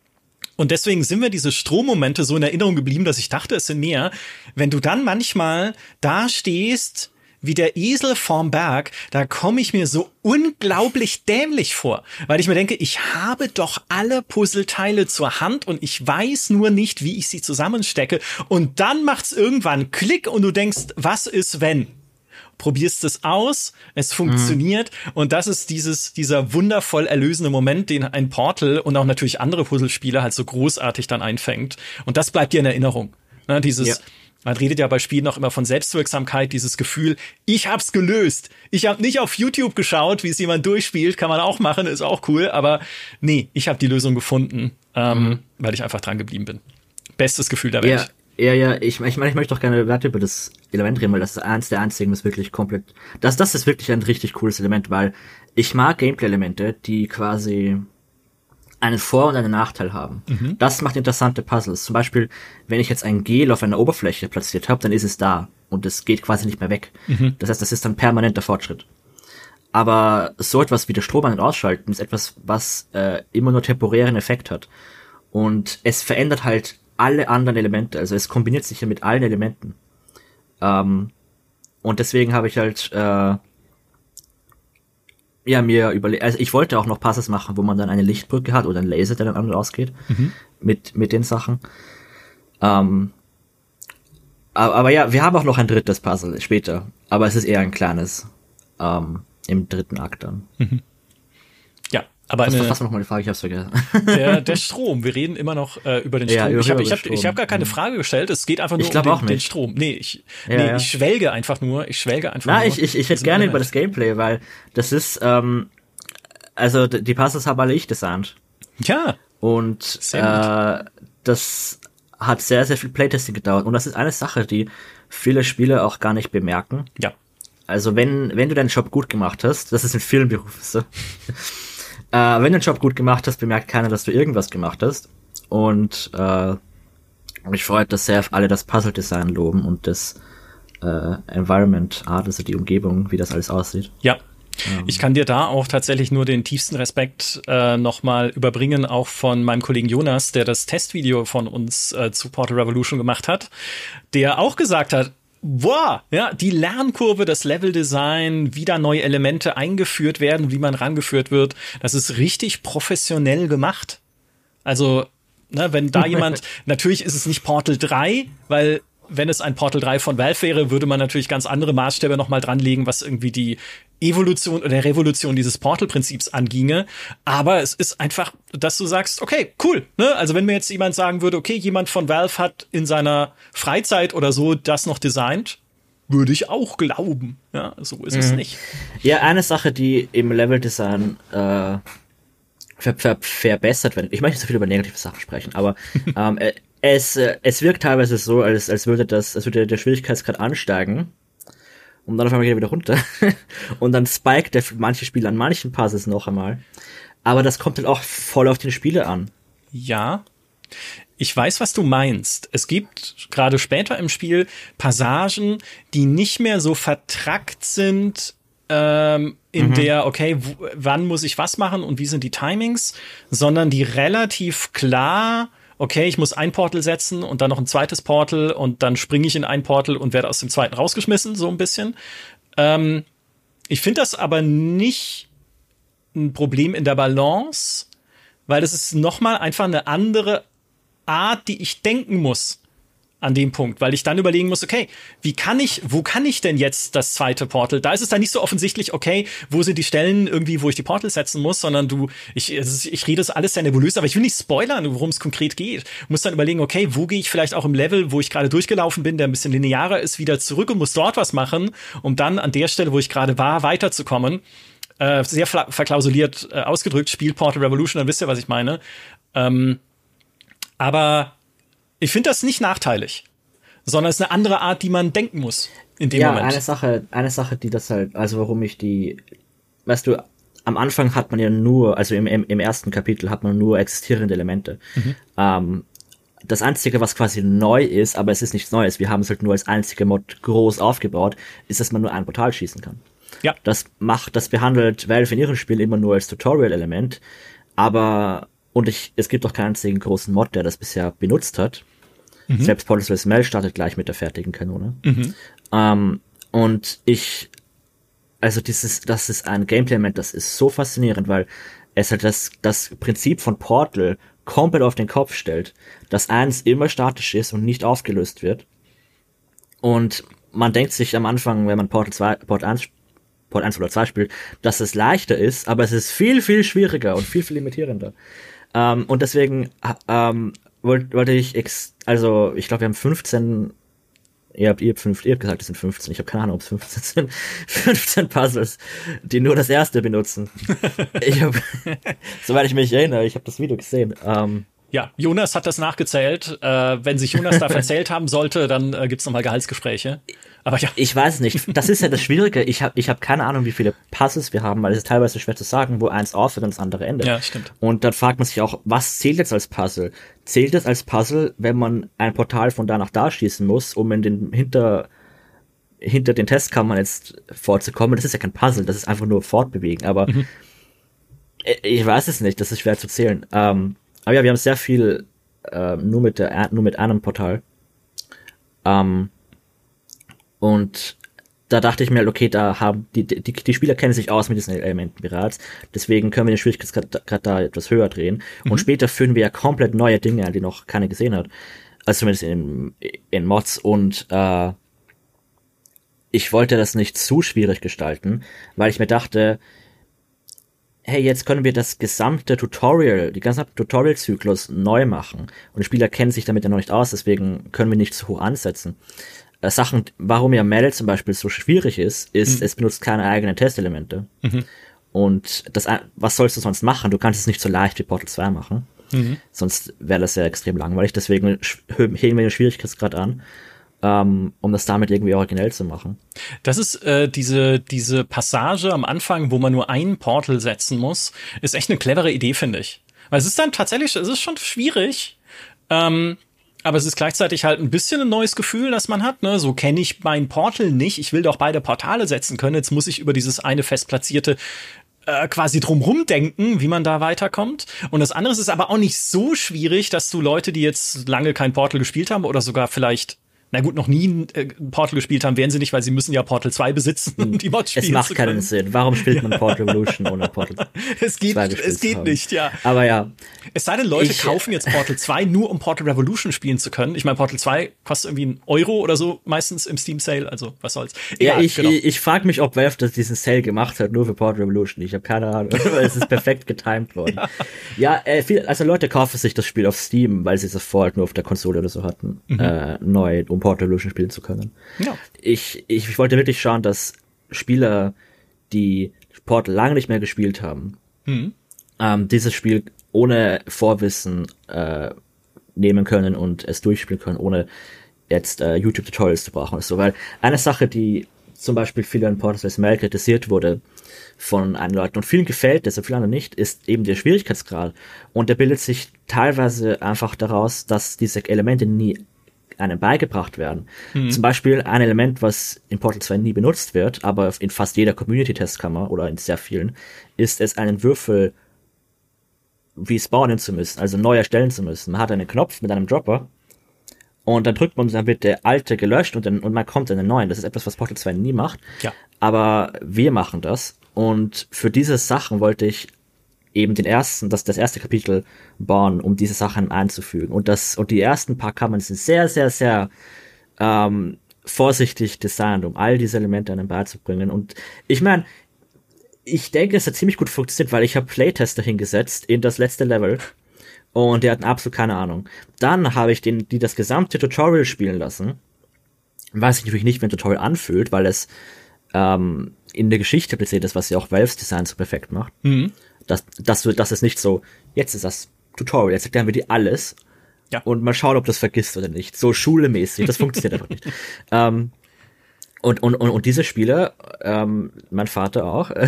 Und deswegen sind mir diese Strommomente so in Erinnerung geblieben, dass ich dachte, es sind mehr. Wenn du dann manchmal da stehst, wie der Esel vorm Berg, da komme ich mir so unglaublich dämlich vor. Weil ich mir denke, ich habe doch alle Puzzleteile zur Hand und ich weiß nur nicht, wie ich sie zusammenstecke. Und dann macht's irgendwann Klick und du denkst, was ist, wenn? Probierst es aus, es funktioniert mhm. und das ist dieses dieser wundervoll erlösende Moment, den ein Portal und auch natürlich andere Puzzlespiele halt so großartig dann einfängt. Und das bleibt dir in Erinnerung. Ne, dieses, ja. Man redet ja bei Spielen auch immer von Selbstwirksamkeit, dieses Gefühl, ich hab's gelöst. Ich habe nicht auf YouTube geschaut, wie es jemand durchspielt, kann man auch machen, ist auch cool, aber nee, ich habe die Lösung gefunden, ähm, mhm. weil ich einfach dran geblieben bin. Bestes Gefühl der Welt. Ja. Ja, ja, ich, ich meine, ich möchte doch gerne weiter über das Element reden, weil das ist eins der einzigen, das wirklich komplett, das, das ist wirklich ein richtig cooles Element, weil ich mag Gameplay-Elemente, die quasi einen Vor- und einen Nachteil haben. Mhm. Das macht interessante Puzzles. Zum Beispiel, wenn ich jetzt ein Gel auf einer Oberfläche platziert habe, dann ist es da und es geht quasi nicht mehr weg. Mhm. Das heißt, das ist dann permanenter Fortschritt. Aber so etwas wie der Strom an- und ausschalten ist etwas, was äh, immer nur temporären Effekt hat. Und es verändert halt alle anderen Elemente, also es kombiniert sich ja mit allen Elementen. Ähm, und deswegen habe ich halt äh, ja mir überlegt, also ich wollte auch noch Puzzles machen, wo man dann eine Lichtbrücke hat oder ein Laser, der dann an und ausgeht, mhm. mit mit den Sachen. Ähm, aber, aber ja, wir haben auch noch ein drittes Puzzle später, aber es ist eher ein kleines ähm, im dritten Akt dann. Mhm. Aber was, eine, was war nochmal die Frage? Ich hab's vergessen. Der, der Strom. Wir reden immer noch äh, über den Strom. Ja, über ich habe ich hab, ich hab gar keine Frage gestellt. Es geht einfach nur ich um den, den Strom. Nee, ich, ja, nee ja. ich schwelge einfach nur. Ich schwelge einfach Na, nur. ich, ich, ich hätte gerne über das Gameplay, weil das ist, ähm, also die Puzzles habe alle ich designt. Ja. Und äh, das hat sehr, sehr viel Playtesting gedauert. Und das ist eine Sache, die viele Spieler auch gar nicht bemerken. Ja. Also wenn wenn du deinen Job gut gemacht hast, das ist ein Filmberuf, so. Äh, wenn du den Job gut gemacht hast, bemerkt keiner, dass du irgendwas gemacht hast. Und äh, mich freut, dass sehr alle das Puzzle-Design loben und das äh, Environment Art, also die Umgebung, wie das alles aussieht. Ja, ähm. ich kann dir da auch tatsächlich nur den tiefsten Respekt äh, nochmal überbringen, auch von meinem Kollegen Jonas, der das Testvideo von uns äh, zu Portal Revolution gemacht hat, der auch gesagt hat, wow, ja, die Lernkurve, das Leveldesign, wie da neue Elemente eingeführt werden, wie man rangeführt wird, das ist richtig professionell gemacht. Also, ne, wenn da jemand, natürlich ist es nicht Portal drei, weil wenn es ein Portal drei von Valve wäre, würde man natürlich ganz andere Maßstäbe nochmal dranlegen, was irgendwie die Evolution oder Revolution dieses Portal-Prinzips anginge. Aber es ist einfach, dass du sagst, okay, cool. Ne? Also wenn mir jetzt jemand sagen würde, okay, jemand von Valve hat in seiner Freizeit oder so das noch designt, würde ich auch glauben. Ja, so ist mhm. es nicht. Ja, eine Sache, die im Level-Design äh, ver- ver- verbessert wird. Ich möchte nicht so viel über negative Sachen sprechen, aber ähm, es, es wirkt teilweise so, als, als würde das, als würde der Schwierigkeitsgrad ansteigen. Und dann auf einmal geht er wieder runter. Und dann spiked der manche Spiele an manchen Puzzles noch einmal. Aber das kommt halt auch voll auf den Spieler an. Ja. Ich weiß, was du meinst. Es gibt gerade später im Spiel Passagen, die nicht mehr so vertrackt sind, ähm, in mhm. der, okay, w- wann muss ich was machen und wie sind die Timings, sondern die relativ klar, okay, ich muss ein Portal setzen und dann noch ein zweites Portal und dann springe ich in ein Portal und werde aus dem zweiten rausgeschmissen, so ein bisschen. Ähm, ich finde das aber nicht ein Problem in der Balance, weil das ist nochmal einfach eine andere Art, die ich denken muss an dem Punkt, weil ich dann überlegen muss, okay, wie kann ich, wo kann ich denn jetzt das zweite Portal? Da ist es dann nicht so offensichtlich, okay, wo sind die Stellen irgendwie, wo ich die Portals setzen muss, sondern du, ich, ich rede das alles sehr nebulös, aber ich will nicht spoilern, worum es konkret geht. Ich muss dann überlegen, okay, wo gehe ich vielleicht auch im Level, wo ich gerade durchgelaufen bin, der ein bisschen linearer ist, wieder zurück und muss dort was machen, um dann an der Stelle, wo ich gerade war, weiterzukommen. Äh, sehr fla- verklausuliert äh, ausgedrückt, spielt Portal Revolution, dann wisst ihr, was ich meine. Ähm, aber ich finde das nicht nachteilig, sondern es ist eine andere Art, die man denken muss in dem ja, Moment. Ja, eine Sache, eine Sache, die das halt, also warum ich die, weißt du, am Anfang hat man ja nur, also im, im, im ersten Kapitel hat man nur existierende Elemente. Mhm. Ähm, das Einzige, was quasi neu ist, aber es ist nichts Neues, wir haben es halt nur als einzige Mod groß aufgebaut, ist, dass man nur ein Portal schießen kann. Ja. Das macht, das behandelt Valve in ihren Spielen immer nur als Tutorial-Element, aber, und ich, es gibt auch keinen einzigen großen Mod, der das bisher benutzt hat. Mhm. Selbst Portal to Smell startet gleich mit der fertigen Kanone. Mhm. Ähm, und ich, also dieses, das ist ein Gameplay-Element, das ist so faszinierend, weil es halt das, das Prinzip von Portal komplett auf den Kopf stellt, dass eins immer statisch ist und nicht aufgelöst wird. Und man denkt sich am Anfang, wenn man Portal zwei, Port eins, Port eins oder zwei spielt, dass es leichter ist, aber es ist viel, viel schwieriger und viel, viel limitierender. Ähm, und deswegen, ähm, wollte wollte ich, ex- also ich glaube, wir haben fünfzehn, ihr habt, ihr habt, fünf, ihr habt gesagt, es sind fünfzehn, ich habe keine Ahnung, ob es fünfzehn sind, fünfzehn Puzzles, die nur das erste benutzen. Ich habe, soweit ich mich erinnere, ich habe das Video gesehen. Ähm, ja, Jonas hat das nachgezählt. Äh, wenn sich Jonas da verzählt haben sollte, dann äh, gibt's nochmal Gehaltsgespräche. Aber ja. Ich weiß nicht. Das ist ja das Schwierige. Ich habe ich hab keine Ahnung, wie viele Puzzles wir haben, weil es ist teilweise schwer zu sagen, wo eins aufhört und das andere endet. Ja, stimmt. Und dann fragt man sich auch, was zählt jetzt als Puzzle? Zählt es als Puzzle, wenn man ein Portal von da nach da schießen muss, um in den hinter hinter den Testkammern jetzt vorzukommen? Das ist ja kein Puzzle, das ist einfach nur fortbewegen. Aber mhm. ich weiß es nicht, das ist schwer zu zählen. Ähm, aber ja, wir haben sehr viel äh, nur mit der nur mit einem Portal. Ähm, Und da dachte ich mir, okay, da haben die, die, die Spieler kennen sich aus mit diesen Elementen bereits, deswegen können wir den Schwierigkeitsgrad da etwas höher drehen. Mhm. Und später führen wir ja komplett neue Dinge ein, die noch keiner gesehen hat. Also zumindest in, in Mods. Und äh, ich wollte das nicht zu schwierig gestalten, weil ich mir dachte, hey, jetzt können wir das gesamte Tutorial, die ganze Tutorial-Zyklus neu machen. Und die Spieler kennen sich damit ja noch nicht aus, deswegen können wir nicht zu hoch ansetzen. Sachen, warum ja Mel zum Beispiel so schwierig ist, ist, mhm. es benutzt keine eigenen Testelemente. Mhm. Und das, was sollst du sonst machen? Du kannst es nicht so leicht wie Portal zwei machen. Mhm. Sonst wäre das ja extrem langweilig. Deswegen heben wir den Schwierigkeitsgrad an, ähm, um das damit irgendwie originell zu machen. Das ist äh, diese, diese Passage am Anfang, wo man nur ein Portal setzen muss, ist echt eine clevere Idee, finde ich. Weil es ist dann tatsächlich, es ist schon schwierig, ähm, aber es ist gleichzeitig halt ein bisschen ein neues Gefühl, das man hat, ne? So kenne ich mein Portal nicht. Ich will doch beide Portale setzen können. Jetzt muss ich über dieses eine fest platzierte äh, quasi drumrum denken, wie man da weiterkommt. Und das andere ist aber auch nicht so schwierig, dass du Leute, die jetzt lange kein Portal gespielt haben oder sogar vielleicht, na gut, noch nie ein äh, Portal gespielt haben, werden sie nicht, weil sie müssen ja Portal zwei besitzen, um die Mods spielen zu können. Es macht keinen können. Sinn. Warum spielt man Portal Revolution ohne Portal es geht, zwei gespielt Es geht haben? nicht, ja. Aber ja. Es sei denn, Leute ich, kaufen jetzt Portal zwei nur, um Portal Revolution spielen zu können. Ich meine, Portal zwei kostet irgendwie einen Euro oder so meistens im Steam Sale, also was soll's. Egal, ja, ich, genau. ich, ich frage mich, ob Valve das diesen Sale gemacht hat, nur für Portal Revolution. Ich habe keine Ahnung. Es ist perfekt getimed worden. Ja, ja äh, viel, also Leute kaufen sich das Spiel auf Steam, weil sie es vorher nur auf der Konsole oder so hatten, mhm. äh, neu, um Portal Revolution spielen zu können. Ja. Ich, ich, ich wollte wirklich schauen, dass Spieler, die Portal lange nicht mehr gespielt haben, mhm. ähm, dieses Spiel ohne Vorwissen äh, nehmen können und es durchspielen können, ohne jetzt äh, YouTube-Tutorials zu brauchen oder so. Weil eine Sache, die zum Beispiel viele in Portal to Smell kritisiert wurde von einigen Leuten und vielen gefällt es und vielen anderen nicht, ist eben der Schwierigkeitsgrad. Und der bildet sich teilweise einfach daraus, dass diese Elemente nie einem beigebracht werden. Mhm. Zum Beispiel ein Element, was in Portal zwei nie benutzt wird, aber in fast jeder Community-Testkammer oder in sehr vielen, ist es, einen Würfel respawnen zu müssen, also neu erstellen zu müssen. Man hat einen Knopf mit einem Dropper und dann drückt man, dann wird der alte gelöscht und, dann, und man kommt in den neuen. Das ist etwas, was Portal zwei nie macht. Ja. Aber wir machen das. Und für diese Sachen wollte ich eben den ersten, das, das erste Kapitel bauen, um diese Sachen einzufügen. Und das, und die ersten paar Kammern sind sehr, sehr, sehr ähm, vorsichtig designt, um all diese Elemente einem beizubringen. Und ich meine, ich denke, es hat ziemlich gut funktioniert, weil ich habe Playtester hingesetzt in das letzte Level und die hatten absolut keine Ahnung. Dann habe ich den, die das gesamte Tutorial spielen lassen. Weiß ich natürlich nicht, wie ein Tutorial anfühlt, weil es ähm, in der Geschichte passiert ist, was ja auch Valves Design so perfekt macht. Mhm. Das, das, das ist nicht so, jetzt ist das Tutorial, jetzt erklären wir dir alles ja. und mal schauen, ob das vergisst oder nicht. So schulemäßig, das funktioniert einfach nicht. Ähm, und, und, und, und diese Spieler, ähm, mein Vater auch, äh,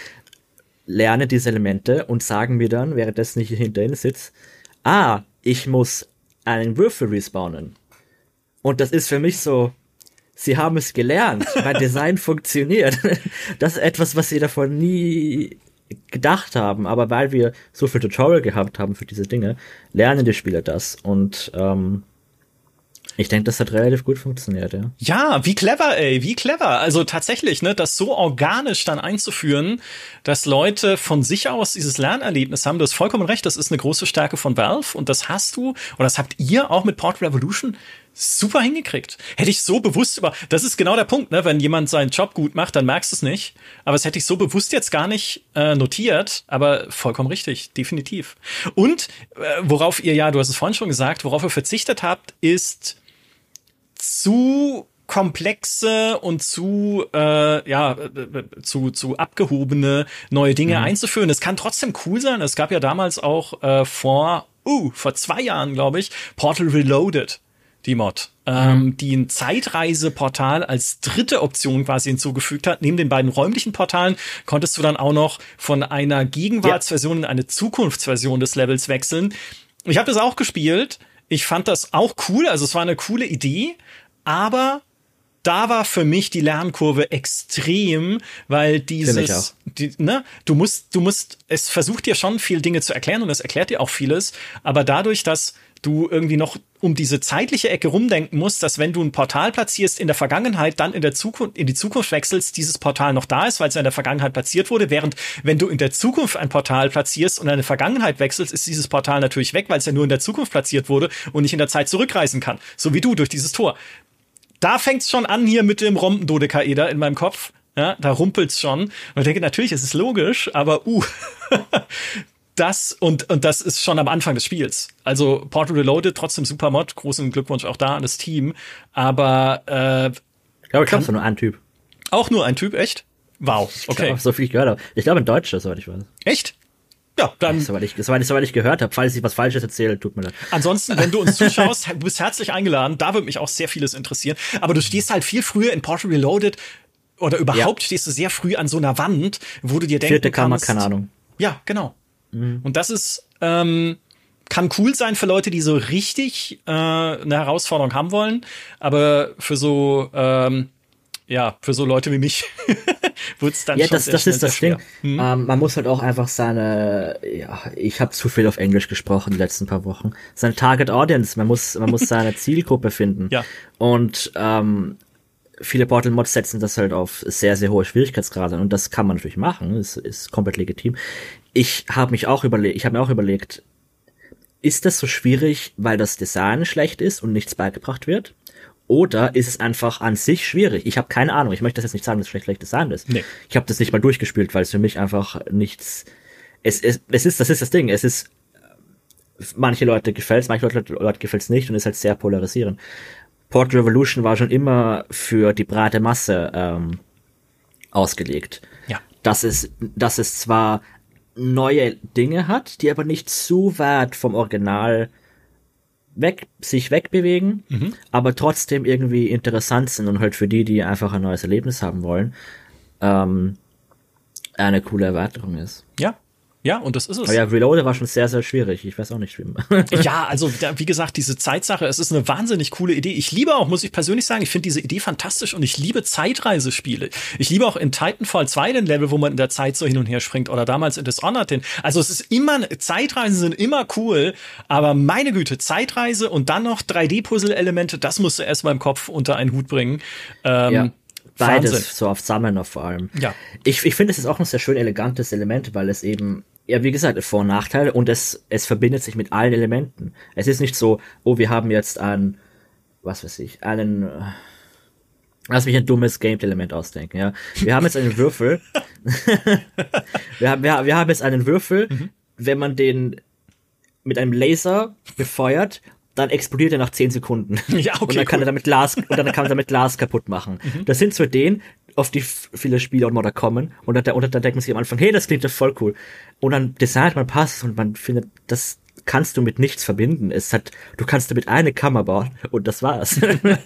lernen diese Elemente und sagen mir dann, währenddessen ich hinter ihnen sitze, ah, ich muss einen Würfel respawnen. Und das ist für mich so, sie haben es gelernt, mein Design funktioniert. Das ist etwas, was sie davon nie gedacht haben, aber weil wir so viel Tutorial gehabt haben für diese Dinge, lernen die Spieler das und ähm, ich denke, das hat relativ gut funktioniert, ja. Ja, wie clever, ey, wie clever. Also tatsächlich, ne, das so organisch dann einzuführen, dass Leute von sich aus dieses Lernerlebnis haben. Du hast vollkommen recht, das ist eine große Stärke von Valve und das hast du, oder das habt ihr auch mit Portal Revolution super hingekriegt. Hätte ich so bewusst über, das ist genau der Punkt, ne, wenn jemand seinen Job gut macht, dann merkst du es nicht. Aber das hätte ich so bewusst jetzt gar nicht äh, notiert, aber vollkommen richtig, definitiv. Und äh, worauf ihr, ja, du hast es vorhin schon gesagt, worauf ihr verzichtet habt, ist zu komplexe und zu äh, ja zu zu abgehobene neue Dinge mhm. einzuführen. Es kann trotzdem cool sein. Es gab ja damals auch äh, vor uh, vor zwei Jahren, glaube ich, Portal Reloaded, die Mod, mhm. ähm, die ein Zeitreiseportal als dritte Option quasi hinzugefügt hat. Neben den beiden räumlichen Portalen konntest du dann auch noch von einer Gegenwartsversion in eine Zukunftsversion des Levels wechseln. Ich habe das auch gespielt. Ich fand das auch cool, also es war eine coole Idee, aber da war für mich die Lernkurve extrem, weil dieses, die, ne, du musst, du musst, es versucht dir schon viel Dinge zu erklären und es erklärt dir auch vieles, aber dadurch, dass du irgendwie noch um diese zeitliche Ecke rumdenken musst, dass wenn du ein Portal platzierst in der Vergangenheit, dann in der Zukunft, in die Zukunft wechselst, dieses Portal noch da ist, weil es in der Vergangenheit platziert wurde, während wenn du in der Zukunft ein Portal platzierst und in der Vergangenheit wechselst, ist dieses Portal natürlich weg, weil es ja nur in der Zukunft platziert wurde und nicht in der Zeit zurückreisen kann. So wie du durch dieses Tor. Da fängt's schon an hier mit dem Rhombendodekaeder in meinem Kopf. Ja, da rumpelt's schon. Und ich denke, natürlich, es ist logisch, aber uh, das und und das ist schon am Anfang des Spiels. Also Portal Reloaded, trotzdem super Mod, großen Glückwunsch auch da an das Team. Aber äh, ich glaube, ich glaube, es war nur ein Typ. Auch nur ein Typ, echt? Wow, okay. Ich glaube, so viel ich gehört habe. Ich glaube in Deutsch, soweit ich weiß. Echt? Ja, dann. Soweit ich, soweit ich, soweit ich gehört habe, falls ich was Falsches erzähle, tut mir leid. Ansonsten, wenn du uns zuschaust, du bist herzlich eingeladen. Da würde mich auch sehr vieles interessieren. Aber du stehst halt viel früher in Portal Reloaded oder überhaupt ja. stehst du sehr früh an so einer Wand, wo du dir denkst, Vierte Kammer, keine Ahnung. Ja, genau. Mhm. Und das ist, ähm, kann cool sein für Leute, die so richtig äh, eine Herausforderung haben wollen. Aber für so, ähm, ja, für so Leute wie mich wird es dann ja, schon das, sehr das schnell, ist das sehr Ding. Hm? Ähm, man muss halt auch einfach seine, ja, ich habe zu viel auf Englisch gesprochen die letzten paar Wochen. Seine Target Audience, man muss, man muss seine Zielgruppe finden. Ja. Und ähm, viele Portal-Mods setzen das halt auf sehr, sehr hohe Schwierigkeitsgrade und das kann man natürlich machen, das ist komplett legitim. Ich habe mich auch überlegt, ich habe mir auch überlegt, ist das so schwierig, weil das Design schlecht ist und nichts beigebracht wird? Oder ist es einfach an sich schwierig? Ich habe keine Ahnung. Ich möchte das jetzt nicht sagen, dass es schlecht, schlecht Design ist. Nee. Ich habe das nicht mal durchgespielt, weil es für mich einfach nichts. Es, es, es ist, das ist das Ding. Es ist, manche Leute gefällt's, manche Leute, Leute gefällt's nicht und ist halt sehr polarisierend. Portal Revolution war schon immer für die breite Masse ähm, ausgelegt. Ja. Dass es, dass es zwar neue Dinge hat, die aber nicht zu weit vom Original weg, sich wegbewegen, mhm. aber trotzdem irgendwie interessant sind und halt für die, die einfach ein neues Erlebnis haben wollen, ähm, eine coole Erweiterung ist. Ja, Ja, und das ist es. Aber ja, Reloaded war schon sehr, sehr schwierig. Ich weiß auch nicht, wie man. Ja, also wie gesagt, diese Zeitsache, es ist eine wahnsinnig coole Idee. Ich liebe auch, muss ich persönlich sagen, ich finde diese Idee fantastisch und ich liebe Zeitreisespiele. Ich liebe auch in Titanfall zwei den Level, wo man in der Zeit so hin und her springt oder damals in Dishonored den. Also es ist immer, Zeitreisen sind immer cool, aber meine Güte, Zeitreise und dann noch drei D-Puzzle-Elemente, das musst du erst mal im Kopf unter einen Hut bringen. Ähm, ja. Beides, Wahnsinn. so auf Summoner vor allem. Ja. Ich, ich finde, es ist auch ein sehr schön elegantes Element, weil es eben, ja, wie gesagt, Vor- und Nachteile und es, es verbindet sich mit allen Elementen. Es ist nicht so, oh, wir haben jetzt einen, was weiß ich, einen, lass mich ein dummes Game-Element ausdenken, ja. Wir haben jetzt einen Würfel, wir, haben, wir, wir haben jetzt einen Würfel, mhm. wenn man den mit einem Laser befeuert, dann explodiert er nach zehn Sekunden. Ja, okay, und dann kann cool. er damit Glas, und dann kann er damit Glas kaputt machen. Mhm. Das sind so Ideen, auf die viele Spieler und Modder kommen, und dann, und dann denkt man sich am Anfang, hey, das klingt doch voll cool. Und dann designt man Passes und man findet, das kannst du mit nichts verbinden. Es hat, du kannst damit eine Kammer bauen und das war's.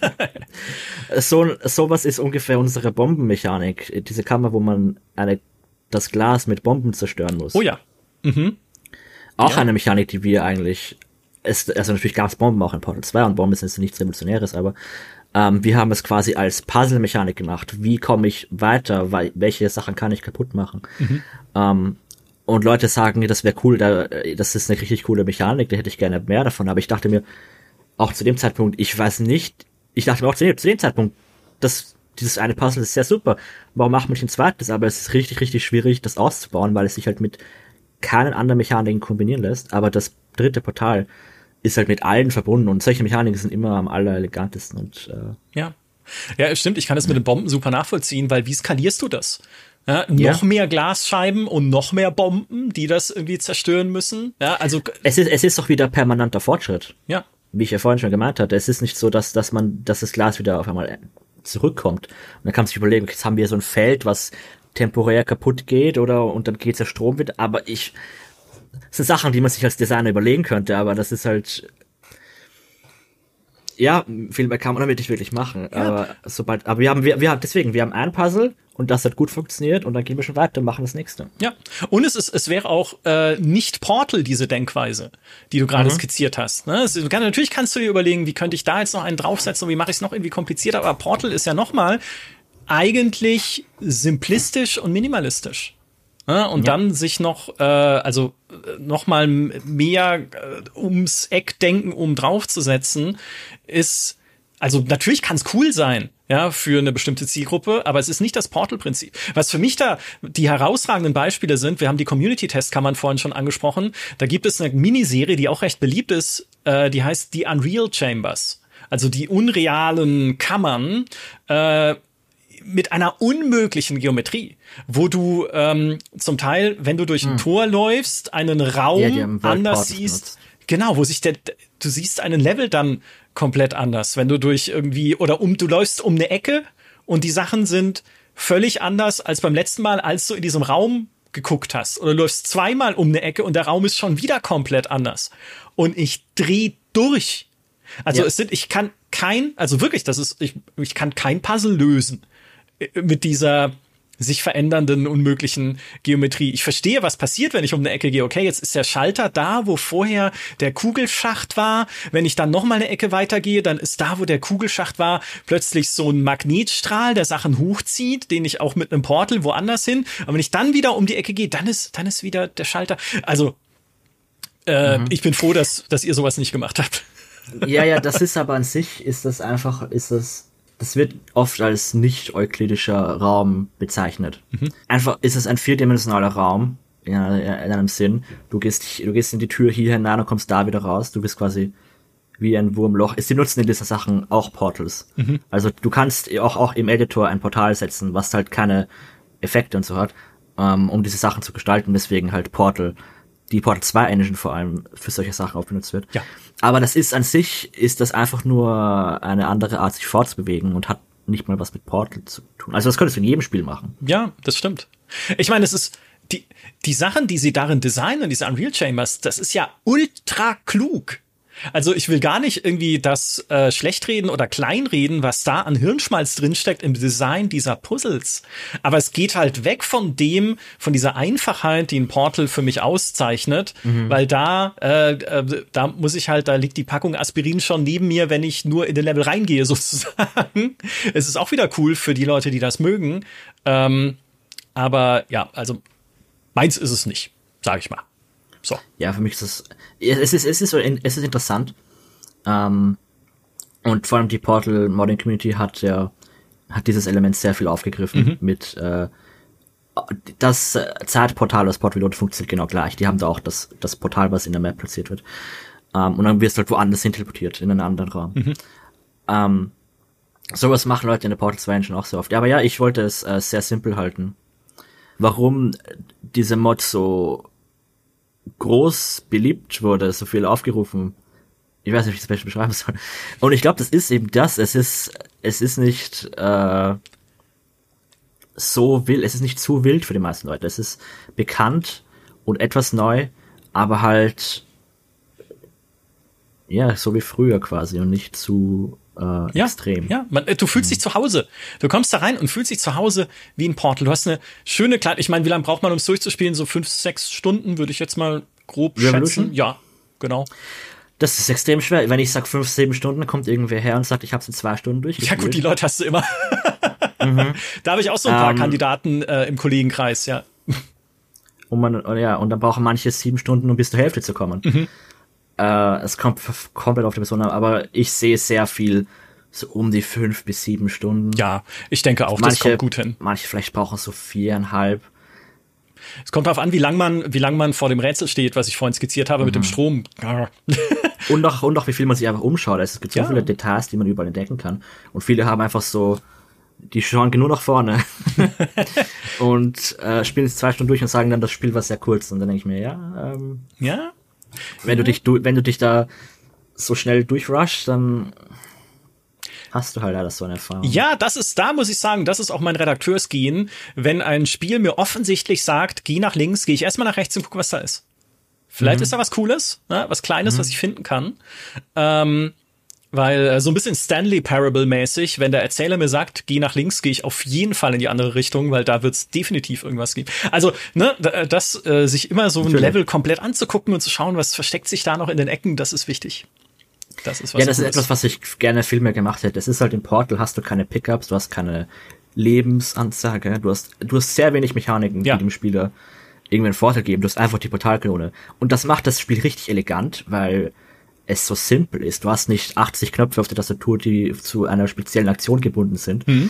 so, sowas ist ungefähr unsere Bombenmechanik. Diese Kammer, wo man eine, das Glas mit Bomben zerstören muss. Oh ja. Mhm. Auch ja. eine Mechanik, die wir eigentlich, es, also natürlich gab es Bomben auch in Portal zwei und Bomben sind nichts Revolutionäres, aber ähm, wir haben es quasi als Puzzle-Mechanik gemacht. Wie komme ich weiter? Weil, welche Sachen kann ich kaputt machen? Mhm. Ähm, und Leute sagen, das wäre cool, da, das ist eine richtig coole Mechanik, da hätte ich gerne mehr davon. Aber ich dachte mir, auch zu dem Zeitpunkt, ich weiß nicht, ich dachte mir auch zu dem, zu dem Zeitpunkt, das, dieses eine Puzzle ist sehr super. Warum macht man nicht ein zweites? Aber es ist richtig, richtig schwierig, das auszubauen, weil es sich halt mit keinen anderen Mechaniken kombinieren lässt. Aber das dritte Portal ist halt mit allen verbunden und solche Mechaniken sind immer am allerelegantesten und äh, ja. Ja, stimmt, ich kann das mit den Bomben super nachvollziehen, weil wie skalierst du das? Ja, noch ja. mehr Glasscheiben und noch mehr Bomben, die das irgendwie zerstören müssen. Ja, also es ist es ist doch wieder permanenter Fortschritt. Ja. Wie ich ja vorhin schon gemeint hatte, es ist nicht so, dass dass man dass das Glas wieder auf einmal zurückkommt. Und dann kann man sich überlegen, jetzt haben wir so ein Feld, was temporär kaputt geht oder und dann geht der Strom wieder, aber ich das sind Sachen, die man sich als Designer überlegen könnte, aber das ist halt ja, viel mehr kann man damit nicht wirklich machen. Ja. Aber sobald, aber wir haben, wir, wir haben deswegen, wir haben ein Puzzle und das hat gut funktioniert und dann gehen wir schon weiter und machen das nächste. Ja. Und es ist, es wäre auch äh, nicht Portal diese Denkweise, die du gerade mhm. skizziert hast. Ne? Es, du kann, natürlich kannst du dir überlegen, wie könnte ich da jetzt noch einen draufsetzen und wie mache ich es noch irgendwie komplizierter. Aber Portal ist ja noch mal eigentlich simplistisch und minimalistisch. Ja, und ja. dann sich noch, äh, also noch mal mehr äh, ums Eck denken, um draufzusetzen, ist, also natürlich kann es cool sein, ja, für eine bestimmte Zielgruppe, aber es ist nicht das Portal-Prinzip. Was für mich da die herausragenden Beispiele sind, wir haben die Community-Testkammern vorhin schon angesprochen, da gibt es eine Miniserie, die auch recht beliebt ist, äh, die heißt die Unreal Chambers, also die unrealen Kammern, äh, mit einer unmöglichen Geometrie, wo du ähm, zum Teil, wenn du durch ein hm. Tor läufst, einen Raum ja, anders siehst. Benutzt. Genau, wo sich der, du siehst einen Level dann komplett anders, wenn du durch irgendwie, oder um, du läufst um eine Ecke und die Sachen sind völlig anders als beim letzten Mal, als du in diesem Raum geguckt hast. Oder du läufst zweimal um eine Ecke und der Raum ist schon wieder komplett anders. Und ich dreh durch. Also ja. es sind, ich kann kein, also wirklich, das ist, ich, ich kann kein Puzzle lösen mit dieser sich verändernden, unmöglichen Geometrie. Ich verstehe, was passiert, wenn ich um eine Ecke gehe. Okay, jetzt ist der Schalter da, wo vorher der Kugelschacht war. Wenn ich dann noch mal eine Ecke weitergehe, dann ist da, wo der Kugelschacht war, plötzlich so ein Magnetstrahl, der Sachen hochzieht, den ich auch mit einem Portal woanders hin. Aber wenn ich dann wieder um die Ecke gehe, dann ist, dann ist wieder der Schalter. Also, äh, mhm. ich bin froh, dass, dass ihr sowas nicht gemacht habt. Ja, ja, das ist aber an sich, ist das einfach, ist das Das wird oft als nicht-euklidischer Raum bezeichnet. Mhm. Einfach ist es ein vierdimensionaler Raum, in, in einem Sinn. Du gehst, du gehst in die Tür hier hinein und kommst da wieder raus. Du bist quasi wie ein Wurmloch. Sie nutzen in dieser Sachen auch Portals. Mhm. Also du kannst auch, auch im Editor ein Portal setzen, was halt keine Effekte und so hat, um, um diese Sachen zu gestalten. Deswegen halt Portal, die Portal zwei Engine vor allem für solche Sachen auch benutzt wird. Ja. Aber das ist an sich, ist das einfach nur eine andere Art, sich fortzubewegen und hat nicht mal was mit Portal zu tun. Also das könntest du in jedem Spiel machen. Ja, das stimmt. Ich meine, es ist, die, die Sachen, die sie darin designen, diese Unreal Chambers, das ist ja ultra klug. Also ich will gar nicht irgendwie das äh, schlechtreden oder kleinreden, was da an Hirnschmalz drinsteckt im Design dieser Puzzles. Aber es geht halt weg von dem, von dieser Einfachheit, die ein Portal für mich auszeichnet, mhm. weil da, äh, äh, da muss ich halt, da liegt die Packung Aspirin schon neben mir, wenn ich nur in den Level reingehe sozusagen. Es ist auch wieder cool für die Leute, die das mögen. Ähm, aber ja, also meins ist es nicht, sage ich mal. So. Ja, für mich ist es, es ist, es ist, es ist interessant. Ähm, und vor allem die Portal Modding Community hat ja, hat dieses Element sehr viel aufgegriffen mhm. mit, äh, das Zeitportal, das Portal Reload funktioniert genau gleich. Die haben da auch das, das Portal, was in der Map platziert wird. Ähm, und dann wirst du halt woanders hin teleportiert, in einen anderen Raum. Mhm. Ähm, sowas machen Leute in der Portal zwei Engine auch sehr oft. Ja, aber ja, ich wollte es äh, sehr simpel halten. Warum diese Mod so groß beliebt wurde, so viel aufgerufen. Ich weiß nicht, wie ich das besser beschreiben soll. Und ich glaube, das ist eben das. Es ist, es ist nicht äh, so wild, es ist nicht zu wild für die meisten Leute. Es ist bekannt und etwas neu, aber halt ja, so wie früher quasi und nicht zu äh, ja, extrem. Ja, man, du fühlst mhm. dich zu Hause. Du kommst da rein und fühlst dich zu Hause wie ein Portal. Du hast eine schöne kleine, ich meine, wie lange braucht man, um es durchzuspielen? So fünf, sechs Stunden, würde ich jetzt mal grob Revolution? schätzen. Ja, genau. Das ist extrem schwer. Wenn ich sag fünf, sieben Stunden, kommt irgendwer her und sagt, ich habe es in zwei Stunden durchgespielt. Ja gut, die Leute hast du immer. mhm. Da habe ich auch so ein paar um, Kandidaten äh, im Kollegenkreis, ja. Und man, ja, und dann brauchen manche sieben Stunden, um bis zur Hälfte zu kommen. Mhm. Äh, es kommt komplett auf die Person an, aber ich sehe sehr viel so um die fünf bis sieben Stunden. Ja, ich denke auch, manche, das kommt gut hin. Manche vielleicht brauchen so viereinhalb. Es kommt darauf an, wie lang man, wie lang man vor dem Rätsel steht, was ich vorhin skizziert habe mhm. mit dem Strom. und auch, und auch wie viel man sich einfach umschaut. Es gibt so ja. viele Details, die man überall entdecken kann. Und viele haben einfach so, die schauen nur nach vorne und äh, spielen es zwei Stunden durch und sagen dann, das Spiel war sehr kurz. Und dann denke ich mir, ja, ähm, ja. Wenn du dich, du, wenn du dich da so schnell durchrushst, dann hast du halt alles so eine Erfahrung. Ja, das ist, da muss ich sagen, das ist auch mein Redakteursgehen. Wenn ein Spiel mir offensichtlich sagt, geh nach links, gehe ich erstmal nach rechts und gucke, was da ist. Vielleicht mhm. ist da was Cooles, ne? Was Kleines, mhm. was ich finden kann. Ähm, weil äh, so ein bisschen Stanley Parable-mäßig, wenn der Erzähler mir sagt, geh nach links, gehe ich auf jeden Fall in die andere Richtung, weil da wird es definitiv irgendwas geben. Also, ne, das, äh, sich immer so ein Natürlich. Level komplett anzugucken und zu schauen, was versteckt sich da noch in den Ecken, das ist wichtig. Das ist was ja, das Cooles. Ist etwas, was ich gerne viel mehr gemacht hätte. Es ist halt im Portal, hast du keine Pickups, du hast keine Lebensansage, du hast, du hast sehr wenig Mechaniken, ja. die dem Spieler irgendwie einen Vorteil geben. Du hast einfach die Portalkanone. Und das macht das Spiel richtig elegant, weil es so simpel ist. Du hast nicht achtzig Knöpfe auf der Tastatur, die zu einer speziellen Aktion gebunden sind. Mhm.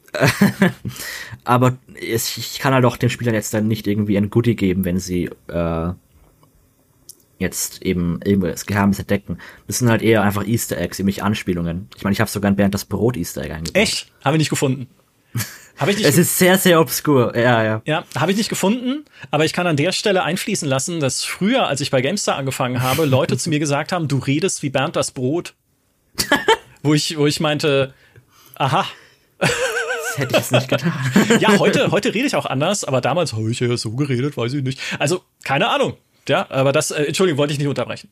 Aber es, ich kann halt auch den Spielern jetzt dann nicht irgendwie ein Goodie geben, wenn sie äh, jetzt eben irgendwas Geheimnis entdecken. Das sind halt eher einfach Easter Eggs, nämlich Anspielungen. Ich meine, ich habe sogar ein Bernd das Brot Easter Egg eingebaut. Echt? Habe ich nicht gefunden. Hab ich nicht es ist sehr, sehr obskur, ja, ja. Ja, habe ich nicht gefunden, aber ich kann an der Stelle einfließen lassen, dass früher, als ich bei GameStar angefangen habe, Leute zu mir gesagt haben, du redest wie Bernd das Brot. wo ich, wo ich meinte, aha. Das hätte ich jetzt nicht getan. Ja, heute, heute rede ich auch anders, aber damals habe ich ja so geredet, weiß ich nicht. Also, keine Ahnung. Ja, aber das, äh, Entschuldigung, wollte ich nicht unterbrechen.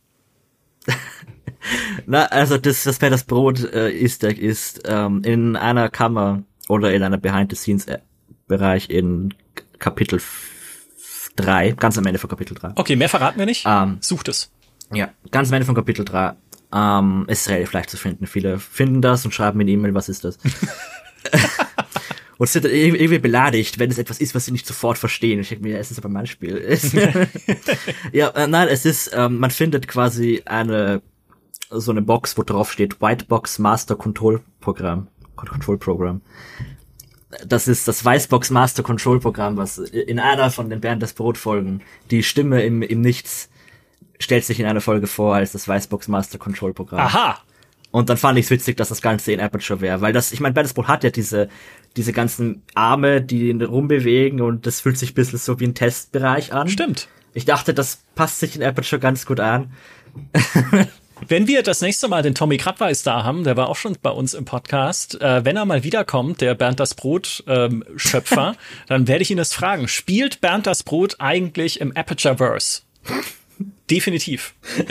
Na, also das, das Bernd das Brot äh, Easter Egg ist ähm, in einer Kammer oder in einer Behind-the-Scenes-Bereich in Kapitel drei, ganz am Ende von Kapitel drei. Okay, mehr verraten wir nicht. Ähm, Sucht es. Ja, ganz am Ende von Kapitel drei. Ähm, ist relativ leicht zu finden. Viele finden das und schreiben mir eine E-Mail, was ist das? Und sind dann irgendwie beleidigt, wenn es etwas ist, was sie nicht sofort verstehen. Ich denke mir, ja, es ist aber mein Spiel. ja, äh, nein, es ist, ähm, man findet quasi eine, so eine Box, wo drauf steht Whitebox Master Control Programm. Control Program. Das ist das Weißbox Master Control Programm, was in einer von den Bernd das Brot Folgen, die Stimme im, im Nichts stellt sich in einer Folge vor als das Weißbox Master Control Programm. Aha! Und dann fand ich es witzig, dass das Ganze in Aperture wäre, weil das, ich meine, Bernd das Brot hat ja diese, diese ganzen Arme, die ihn rumbewegen und das fühlt sich ein bisschen so wie ein Testbereich an. Stimmt. Ich dachte, das passt sich in Aperture ganz gut an. Wenn wir das nächste Mal den Tommy Kratweis da haben, der war auch schon bei uns im Podcast, äh, wenn er mal wiederkommt, der Bernd das Brot ähm, Schöpfer, dann werde ich ihn das fragen. Spielt Bernd das Brot eigentlich im Aperture-Verse? Definitiv, ja.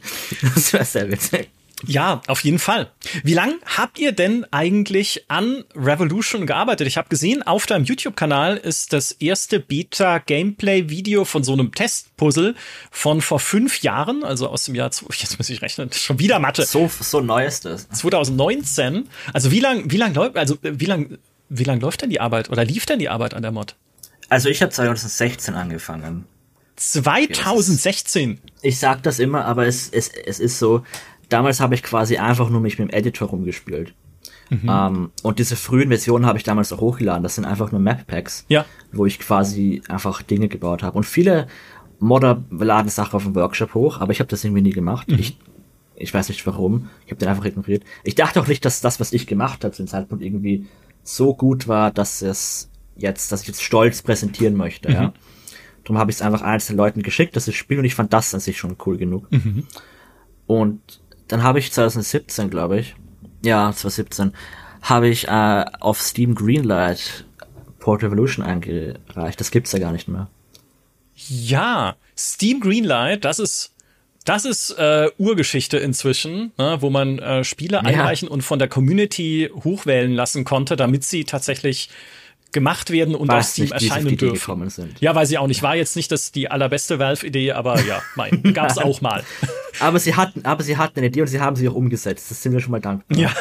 Das wäre sehr witzig. Ja, auf jeden Fall. Wie lange habt ihr denn eigentlich an Revolution gearbeitet? Ich habe gesehen, auf deinem YouTube-Kanal ist das erste Beta-Gameplay-Video von so einem Testpuzzle von vor fünf Jahren, also aus dem Jahr, jetzt muss ich rechnen, schon wieder Mathe. So, so neu ist das. zwanzig neunzehn. Also wie lang, wie lang läuft, also wie lang, wie lang läuft denn die Arbeit oder lief denn die Arbeit an der Mod? Also ich habe zwanzig sechzehn angefangen. zwanzig sechzehn? Ich sag das immer, aber es, es, es ist so, damals habe ich quasi einfach nur mich mit dem Editor rumgespielt. Mhm. Um, und diese frühen Versionen habe ich damals auch hochgeladen. Das sind einfach nur Map-Packs, ja. wo ich quasi einfach Dinge gebaut habe. Und viele Modder laden Sachen auf dem Workshop hoch, aber ich habe das irgendwie nie gemacht. Mhm. Ich, ich weiß nicht warum. Ich habe den einfach ignoriert. Ich dachte auch nicht, dass das, was ich gemacht habe, zu dem Zeitpunkt irgendwie so gut war, dass es jetzt, dass ich jetzt stolz präsentieren möchte. Mhm. Ja. Darum habe ich es einfach einzelnen Leuten geschickt, das ist Spiel, und ich fand das an sich schon cool genug. Mhm. Und dann habe ich zwanzig siebzehn, glaube ich, ja, zwanzig siebzehn, habe ich äh, auf Steam Greenlight Port Revolution eingereicht. Das gibt's ja gar nicht mehr. Ja, Steam Greenlight, das ist das ist äh, Urgeschichte inzwischen, ne, wo man äh, Spiele ja. einreichen und von der Community hochwählen lassen konnte, damit sie tatsächlich gemacht werden und auf Steam erscheinen dürfen. Sind. Ja, weiß ich auch nicht. War jetzt nicht das die allerbeste Valve-Idee, aber ja, mein, gab's auch mal. Aber sie hatten, aber sie hatten eine Idee und sie haben sie auch umgesetzt. Das sind wir schon mal dankbar. Ja.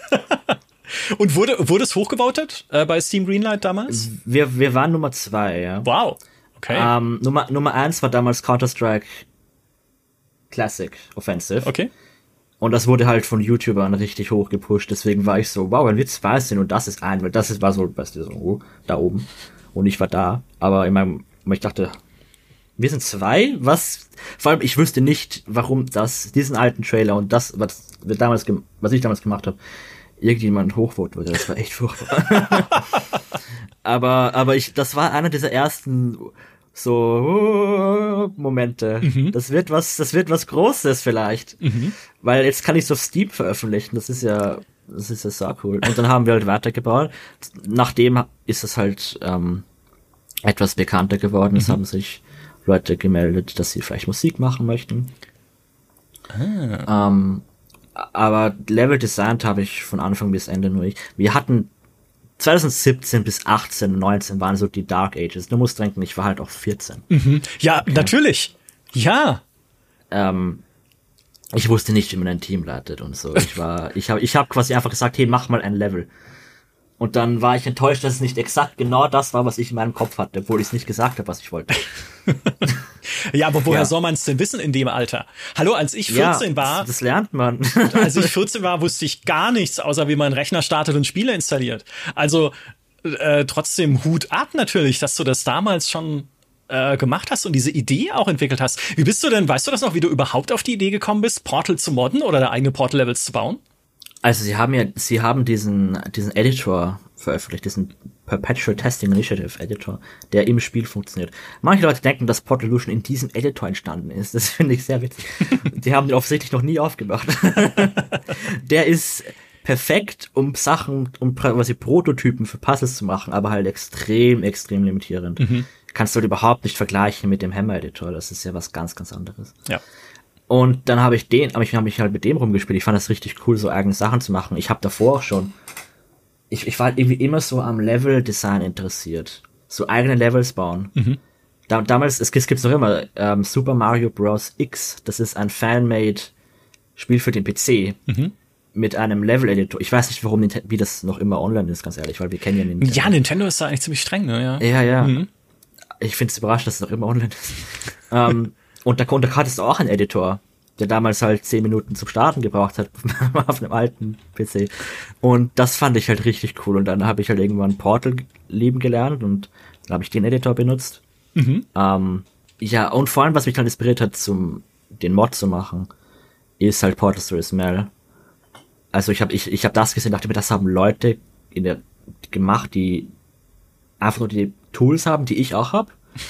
Und wurde, wurde es hochgevotet äh, bei Steam Greenlight damals? Wir, wir waren Nummer zwei, ja. Wow. Okay. Ähm, Nummer, Nummer eins war damals Counter-Strike Classic Offensive. Okay. Und das wurde halt von YouTubern richtig hoch gepusht. Deswegen war ich so, wow, wenn wir zwei sind und das ist ein, weil das ist, war so, weißt du, so, da oben. Und ich war da. Aber in meinem, ich dachte, wir sind zwei? Was? Vor allem, ich wüsste nicht, warum das, diesen alten Trailer und das, was wir damals, was ich damals gemacht habe, irgendjemand hochvoten würde. Das war echt furchtbar. aber, aber ich, das war einer dieser ersten, so uh, Momente. Mhm. Das wird was, das wird was Großes vielleicht. Mhm. Weil jetzt kann ich es auf Steam veröffentlichen. Das ist ja, das ist ja so cool. Und dann haben wir halt weitergebaut. Nachdem ist es halt ähm, etwas bekannter geworden. Mhm. Es haben sich Leute gemeldet, dass sie vielleicht Musik machen möchten. Ah. Ähm, aber Level designt habe ich von Anfang bis Ende nur ich. Wir hatten zwanzig siebzehn bis achtzehn, neunzehn waren so die Dark Ages. Du musst denken, ich war halt auch vierzehn. Mhm. Ja, okay. Natürlich. Ja. Ähm, ich wusste nicht, wie man ein Team leitet und so. Ich war, ich habe, ich habe quasi einfach gesagt, hey, mach mal ein Level. Und dann war ich enttäuscht, dass es nicht exakt genau das war, was ich in meinem Kopf hatte, obwohl ich es nicht gesagt habe, was ich wollte. Ja, aber woher ja. soll man es denn wissen in dem Alter? Hallo, als ich vierzehn ja, war... Das, das lernt man. Als ich vierzehn war, wusste ich gar nichts, außer wie man einen Rechner startet und Spiele installiert. Also äh, trotzdem Hut ab natürlich, dass du das damals schon äh, gemacht hast und diese Idee auch entwickelt hast. Wie bist du denn, weißt du das noch, wie du überhaupt auf die Idee gekommen bist, Portal zu modden oder da eigene Portal-Levels zu bauen? Also sie haben ja, sie haben diesen, diesen Editor veröffentlicht, diesen Perpetual Testing Initiative Editor, der im Spiel funktioniert. Manche Leute denken, dass Port Revolution in diesem Editor entstanden ist. Das finde ich sehr witzig. Die haben den offensichtlich noch nie aufgemacht. Der ist perfekt, um Sachen, um quasi Prototypen für Puzzles zu machen, aber halt extrem, extrem limitierend. Mhm. Kannst du halt überhaupt nicht vergleichen mit dem Hammer Editor. Das ist ja was ganz, ganz anderes. Ja. Und dann habe ich den, aber ich habe mich halt mit dem rumgespielt. Ich fand das richtig cool, so eigene Sachen zu machen. Ich habe davor auch schon, ich, ich war halt irgendwie immer so am Level-Design interessiert. So eigene Levels bauen. Mhm. Da, damals, es, es gibt's noch immer, ähm, Super Mario Bros. X. Das ist ein Fan-made Spiel für den P C. Mhm. Mit einem Level-Editor. Ich weiß nicht, warum, wie das noch immer online ist, ganz ehrlich, weil wir kennen ja Nintendo. Ja, Nintendo ist da eigentlich ziemlich streng, ne? Ja, ja. ja. Mhm. Ich finde es überrascht, dass es noch immer online ist. ähm, Und da, und da hattest du auch einen Editor, der damals halt zehn Minuten zum Starten gebraucht hat auf einem alten P C. Und das fand ich halt richtig cool. Und dann habe ich halt irgendwann Portal lieben gelernt und dann habe ich den Editor benutzt. Mhm. Ähm, ja, und vor allem, was mich halt inspiriert hat, zum den Mod zu machen, ist halt Portal Stories Mel. Also ich habe ich, ich hab das gesehen, dachte mir, das haben Leute in der gemacht, die einfach nur die Tools haben, die ich auch habe.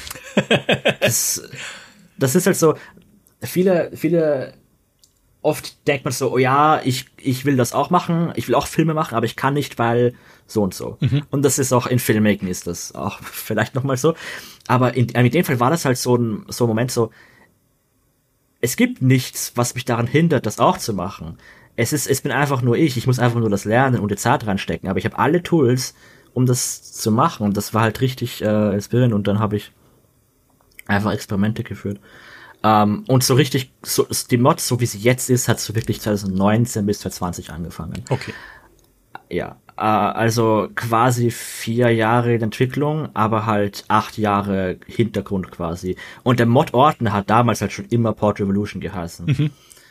Das... Das ist halt so, viele, viele, oft denkt man so, oh ja, ich, ich will das auch machen, ich will auch Filme machen, aber ich kann nicht, weil so und so. Mhm. Und das ist auch in Filmmaking ist das auch vielleicht nochmal so. Aber in, in dem Fall war das halt so ein, so ein Moment so, es gibt nichts, was mich daran hindert, das auch zu machen. Es ist, es bin einfach nur ich. Ich muss einfach nur das lernen und die Zeit reinstecken. Aber ich habe alle Tools, um das zu machen. Und das war halt richtig äh, inspirierend. Und dann habe ich einfach Experimente geführt. Um, und so richtig, so, die Mod, so wie sie jetzt ist, hat so wirklich zwanzig neunzehn bis zwanzig zwanzig angefangen. Okay. Ja, uh, also quasi vier Jahre in Entwicklung, aber halt acht Jahre Hintergrund quasi. Und der Mod-Ordner hat damals halt schon immer Port Revolution geheißen. Mhm.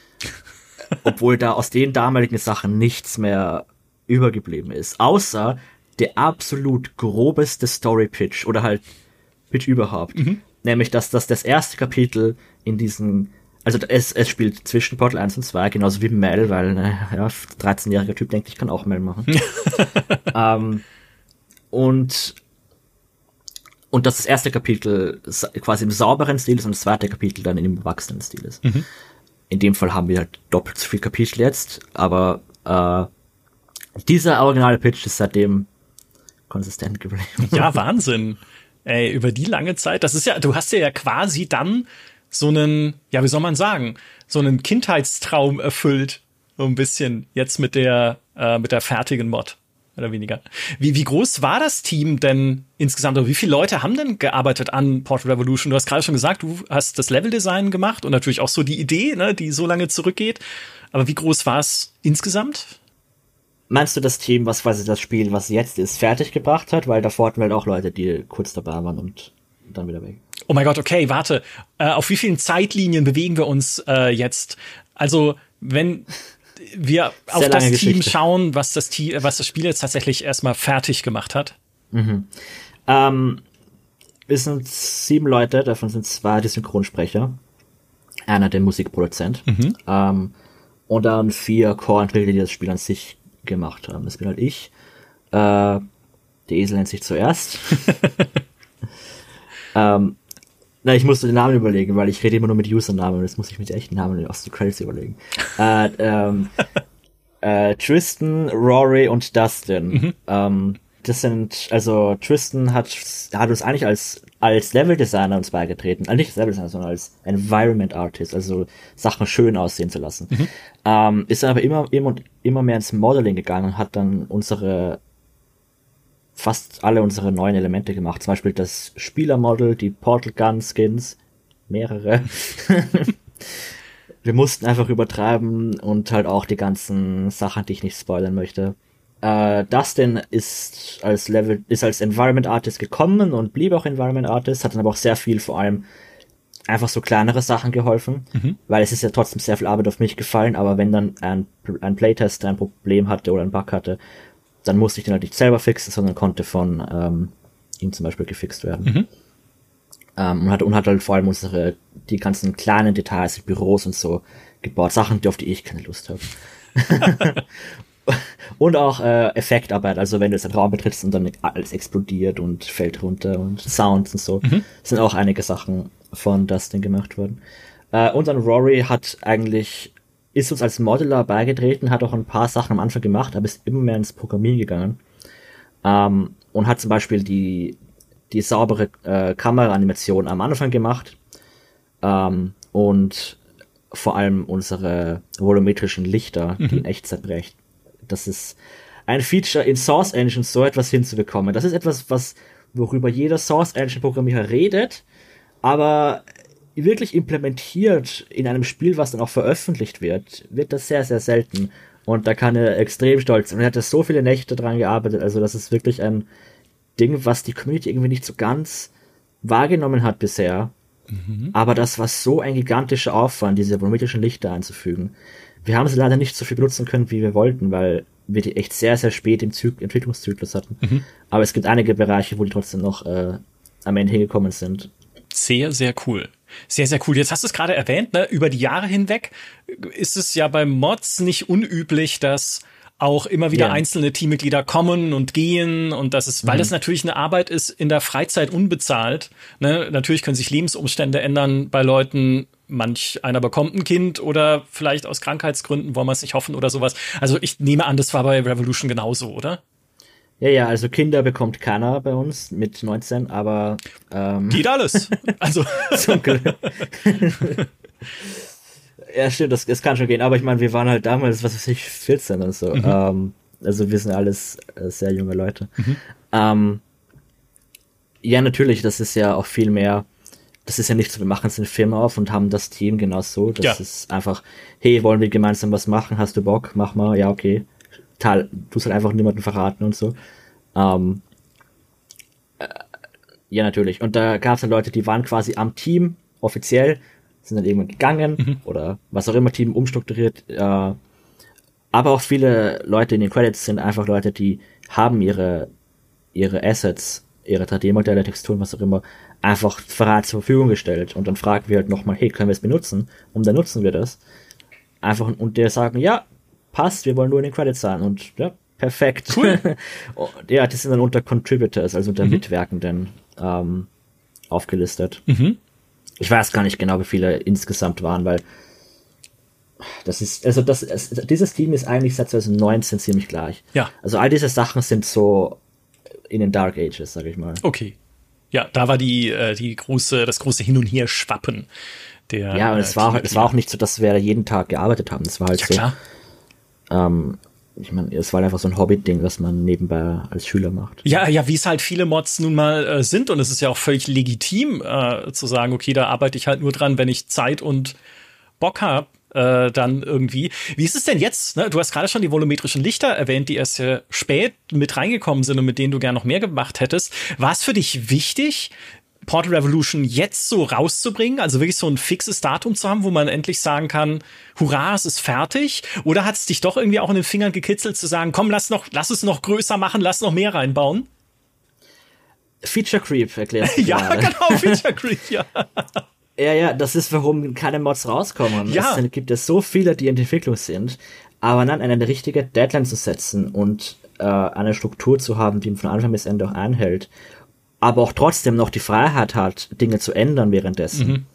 Obwohl da aus den damaligen Sachen nichts mehr übergeblieben ist. Außer der absolut grobeste Story-Pitch oder halt Pitch überhaupt. Mhm. Nämlich, dass das das erste Kapitel in diesen, also es, es spielt zwischen Portal eins und zwei, genauso wie Mel, weil, ne, ja, dreizehnjähriger Typ denkt, ich kann auch Mel machen. ähm, und, und dass das erste Kapitel quasi im sauberen Stil ist und das zweite Kapitel dann in dem erwachsenen Stil ist. Mhm. In dem Fall haben wir halt doppelt so viel Kapitel jetzt, aber äh, dieser originale Pitch ist seitdem konsistent geblieben. Ja, Wahnsinn. Ey, über die lange Zeit, das ist ja, du hast dir ja quasi dann so einen, ja, wie soll man sagen, so einen Kindheitstraum erfüllt, so ein bisschen jetzt mit der, äh, mit der fertigen Mod, oder weniger. Wie, wie groß war das Team denn insgesamt, oder wie viele Leute haben denn gearbeitet an Portal Revolution? Du hast gerade schon gesagt, du hast das Leveldesign gemacht und natürlich auch so die Idee, ne, die so lange zurückgeht. Aber wie groß war es insgesamt? Meinst du das Team, was quasi das Spiel, was jetzt ist, fertig gebracht hat? Weil davor hatten wir halt auch Leute, die kurz dabei waren und dann wieder weg. Oh mein Gott, okay, warte. Äh, auf wie vielen Zeitlinien bewegen wir uns äh, jetzt? Also, wenn wir auf das Team Geschichte. schauen, was das, Team, was das Spiel jetzt tatsächlich erstmal fertig gemacht hat. Mhm. Ähm, wir sind sieben Leute, davon sind zwei die Synchronsprecher. Einer der Musikproduzent. Mhm. Ähm, und dann vier Core-Entwickler, die das Spiel an sich gemacht haben. Das bin halt ich. Äh, der Esel nennt sich zuerst. ähm, na, ich musste den Namen überlegen, weil ich rede immer nur mit Usernamen und jetzt muss ich mit echten Namen aus den Credits überlegen. äh, ähm, äh, Tristan, Rory und Dustin. Mhm. Ähm, das sind, also Tristan hat, hat uns eigentlich als als Leveldesigner uns beigetreten, also nicht als Leveldesigner, sondern als Environment Artist, also Sachen schön aussehen zu lassen. Mhm. Ähm, ist aber immer, immer, immer mehr ins Modeling gegangen und hat dann unsere, fast alle unsere neuen Elemente gemacht. Zum Beispiel das Spielermodel, die Portal Gun Skins, mehrere. Wir mussten einfach übertreiben und halt auch die ganzen Sachen, die ich nicht spoilern möchte. Uh, Dustin ist als Level, ist als Environment Artist gekommen und blieb auch Environment Artist, hat dann aber auch sehr viel, vor allem einfach so kleinere Sachen geholfen, mhm. weil es ist ja trotzdem sehr viel Arbeit auf mich gefallen, aber wenn dann ein, ein Playtester ein Problem hatte oder einen Bug hatte, dann musste ich den halt nicht selber fixen, sondern konnte von ähm, ihm zum Beispiel gefixt werden. Mhm. Um, und, hat, und hat halt vor allem unsere, die ganzen kleinen Details, Büros und so gebaut, Sachen, auf die ich keine Lust habe. Und auch äh, Effektarbeit, also wenn du jetzt einen Raum betrittst und dann alles explodiert und fällt runter und Sounds und so, mhm. sind auch einige Sachen von Dustin gemacht worden. Äh, und dann Rory hat eigentlich, ist uns als Modeler beigetreten, hat auch ein paar Sachen am Anfang gemacht, aber ist immer mehr ins Programmieren gegangen. Ähm, und hat zum Beispiel die, die saubere äh, Kameraanimation am Anfang gemacht. Ähm, und vor allem unsere volumetrischen Lichter, mhm. die in Echtzeit berechnen. Das ist ein Feature in Source Engine, so etwas hinzubekommen. Das ist etwas, was, worüber jeder Source Engine Programmierer redet, aber wirklich implementiert in einem Spiel, was dann auch veröffentlicht wird, wird das sehr, sehr selten. Und da kann er extrem stolz sein. Und er hat da so viele Nächte dran gearbeitet. Also das ist wirklich ein Ding, was die Community irgendwie nicht so ganz wahrgenommen hat bisher. Mhm. Aber das war so ein gigantischer Aufwand, diese volumetrischen Lichter einzufügen. Wir haben sie leider nicht so viel benutzen können, wie wir wollten, weil wir die echt sehr, sehr spät im Zy- Entwicklungszyklus hatten. Mhm. Aber es gibt einige Bereiche, wo die trotzdem noch äh, am Ende hingekommen sind. Sehr, sehr cool. Sehr, sehr cool. Jetzt hast du es gerade erwähnt, ne? Über die Jahre hinweg ist es ja bei Mods nicht unüblich, dass auch immer wieder yeah. einzelne Teammitglieder kommen und gehen und das ist, weil mhm. das natürlich eine Arbeit ist in der Freizeit unbezahlt. Ne? Natürlich können sich Lebensumstände ändern bei Leuten. Manch einer bekommt ein Kind oder vielleicht aus Krankheitsgründen wollen wir es nicht hoffen oder sowas. Also ich nehme an, das war bei Revolution genauso, oder? Ja, ja, also Kinder bekommt keiner bei uns mit neunzehn, aber ähm, geht alles. Also zum Glück. Ja, stimmt, das, das kann schon gehen. Aber ich meine, wir waren halt damals, was weiß ich, vierzehn und so. Mhm. Ähm, also wir sind alles äh, sehr junge Leute. Mhm. Ähm, ja, natürlich, das ist ja auch viel mehr, das ist ja nicht so, wir machen jetzt eine Firma auf und haben das Team genau so. Das ja. ist einfach, hey, wollen wir gemeinsam was machen? Hast du Bock? Mach mal. Ja, okay. Tal, du sollst halt einfach niemanden verraten und so. Ähm, äh, ja, natürlich. Und da gab es dann Leute, die waren quasi am Team, offiziell, sind dann irgendwann gegangen mhm. oder was auch immer, Team umstrukturiert. Äh, aber auch viele Leute in den Credits sind einfach Leute, die haben ihre, ihre Assets, ihre drei D-Modelle, Texturen, was auch immer, einfach Verrat zur Verfügung gestellt. Und dann fragen wir halt nochmal, hey, können wir es benutzen? Und dann nutzen wir das. Einfach, und der sagen, ja, passt, wir wollen nur in den Credits sein. Und ja, perfekt. Cool. Ja, die sind dann unter Contributors, also unter mhm. Mitwirkenden ähm, aufgelistet. Mhm. Ich weiß gar nicht genau, wie viele insgesamt waren, weil das ist, also das, es, dieses Team ist eigentlich seit zwanzig neunzehn ziemlich gleich. Ja. Also all diese Sachen sind so in den Dark Ages, sag ich mal. Okay. Ja, da war die, äh, die große, das große Hin- und Her-Schwappen der. Ja, und es äh, war, es war auch nicht so, dass wir da jeden Tag gearbeitet haben. Es war halt ja, so. Klar. Ähm, ich meine, es war einfach so ein Hobby-Ding, was man nebenbei als Schüler macht. Ja, ja, wie es halt viele Mods nun mal äh, sind. Und es ist ja auch völlig legitim, äh, zu sagen, okay, da arbeite ich halt nur dran, wenn ich Zeit und Bock habe. Äh, dann irgendwie. Wie ist es denn jetzt? Ne? Du hast gerade schon die volumetrischen Lichter erwähnt, die erst äh, spät mit reingekommen sind und mit denen du gerne noch mehr gemacht hättest. War es für dich wichtig, Portal Revolution jetzt so rauszubringen? Also wirklich so ein fixes Datum zu haben, wo man endlich sagen kann, hurra, es ist fertig? Oder hat es dich doch irgendwie auch in den Fingern gekitzelt zu sagen, komm, lass noch, lass es noch größer machen, lass noch mehr reinbauen? Feature Creep erklärst du Ja, gerade. genau, Feature Creep, ja. Ja, ja, das ist, warum keine Mods rauskommen. Ja. Es gibt es so viele, die in Entwicklung sind, aber dann eine richtige Deadline zu setzen und äh, eine Struktur zu haben, die von Anfang bis Ende auch einhält, aber auch trotzdem noch die Freiheit hat, Dinge zu ändern währenddessen, mhm.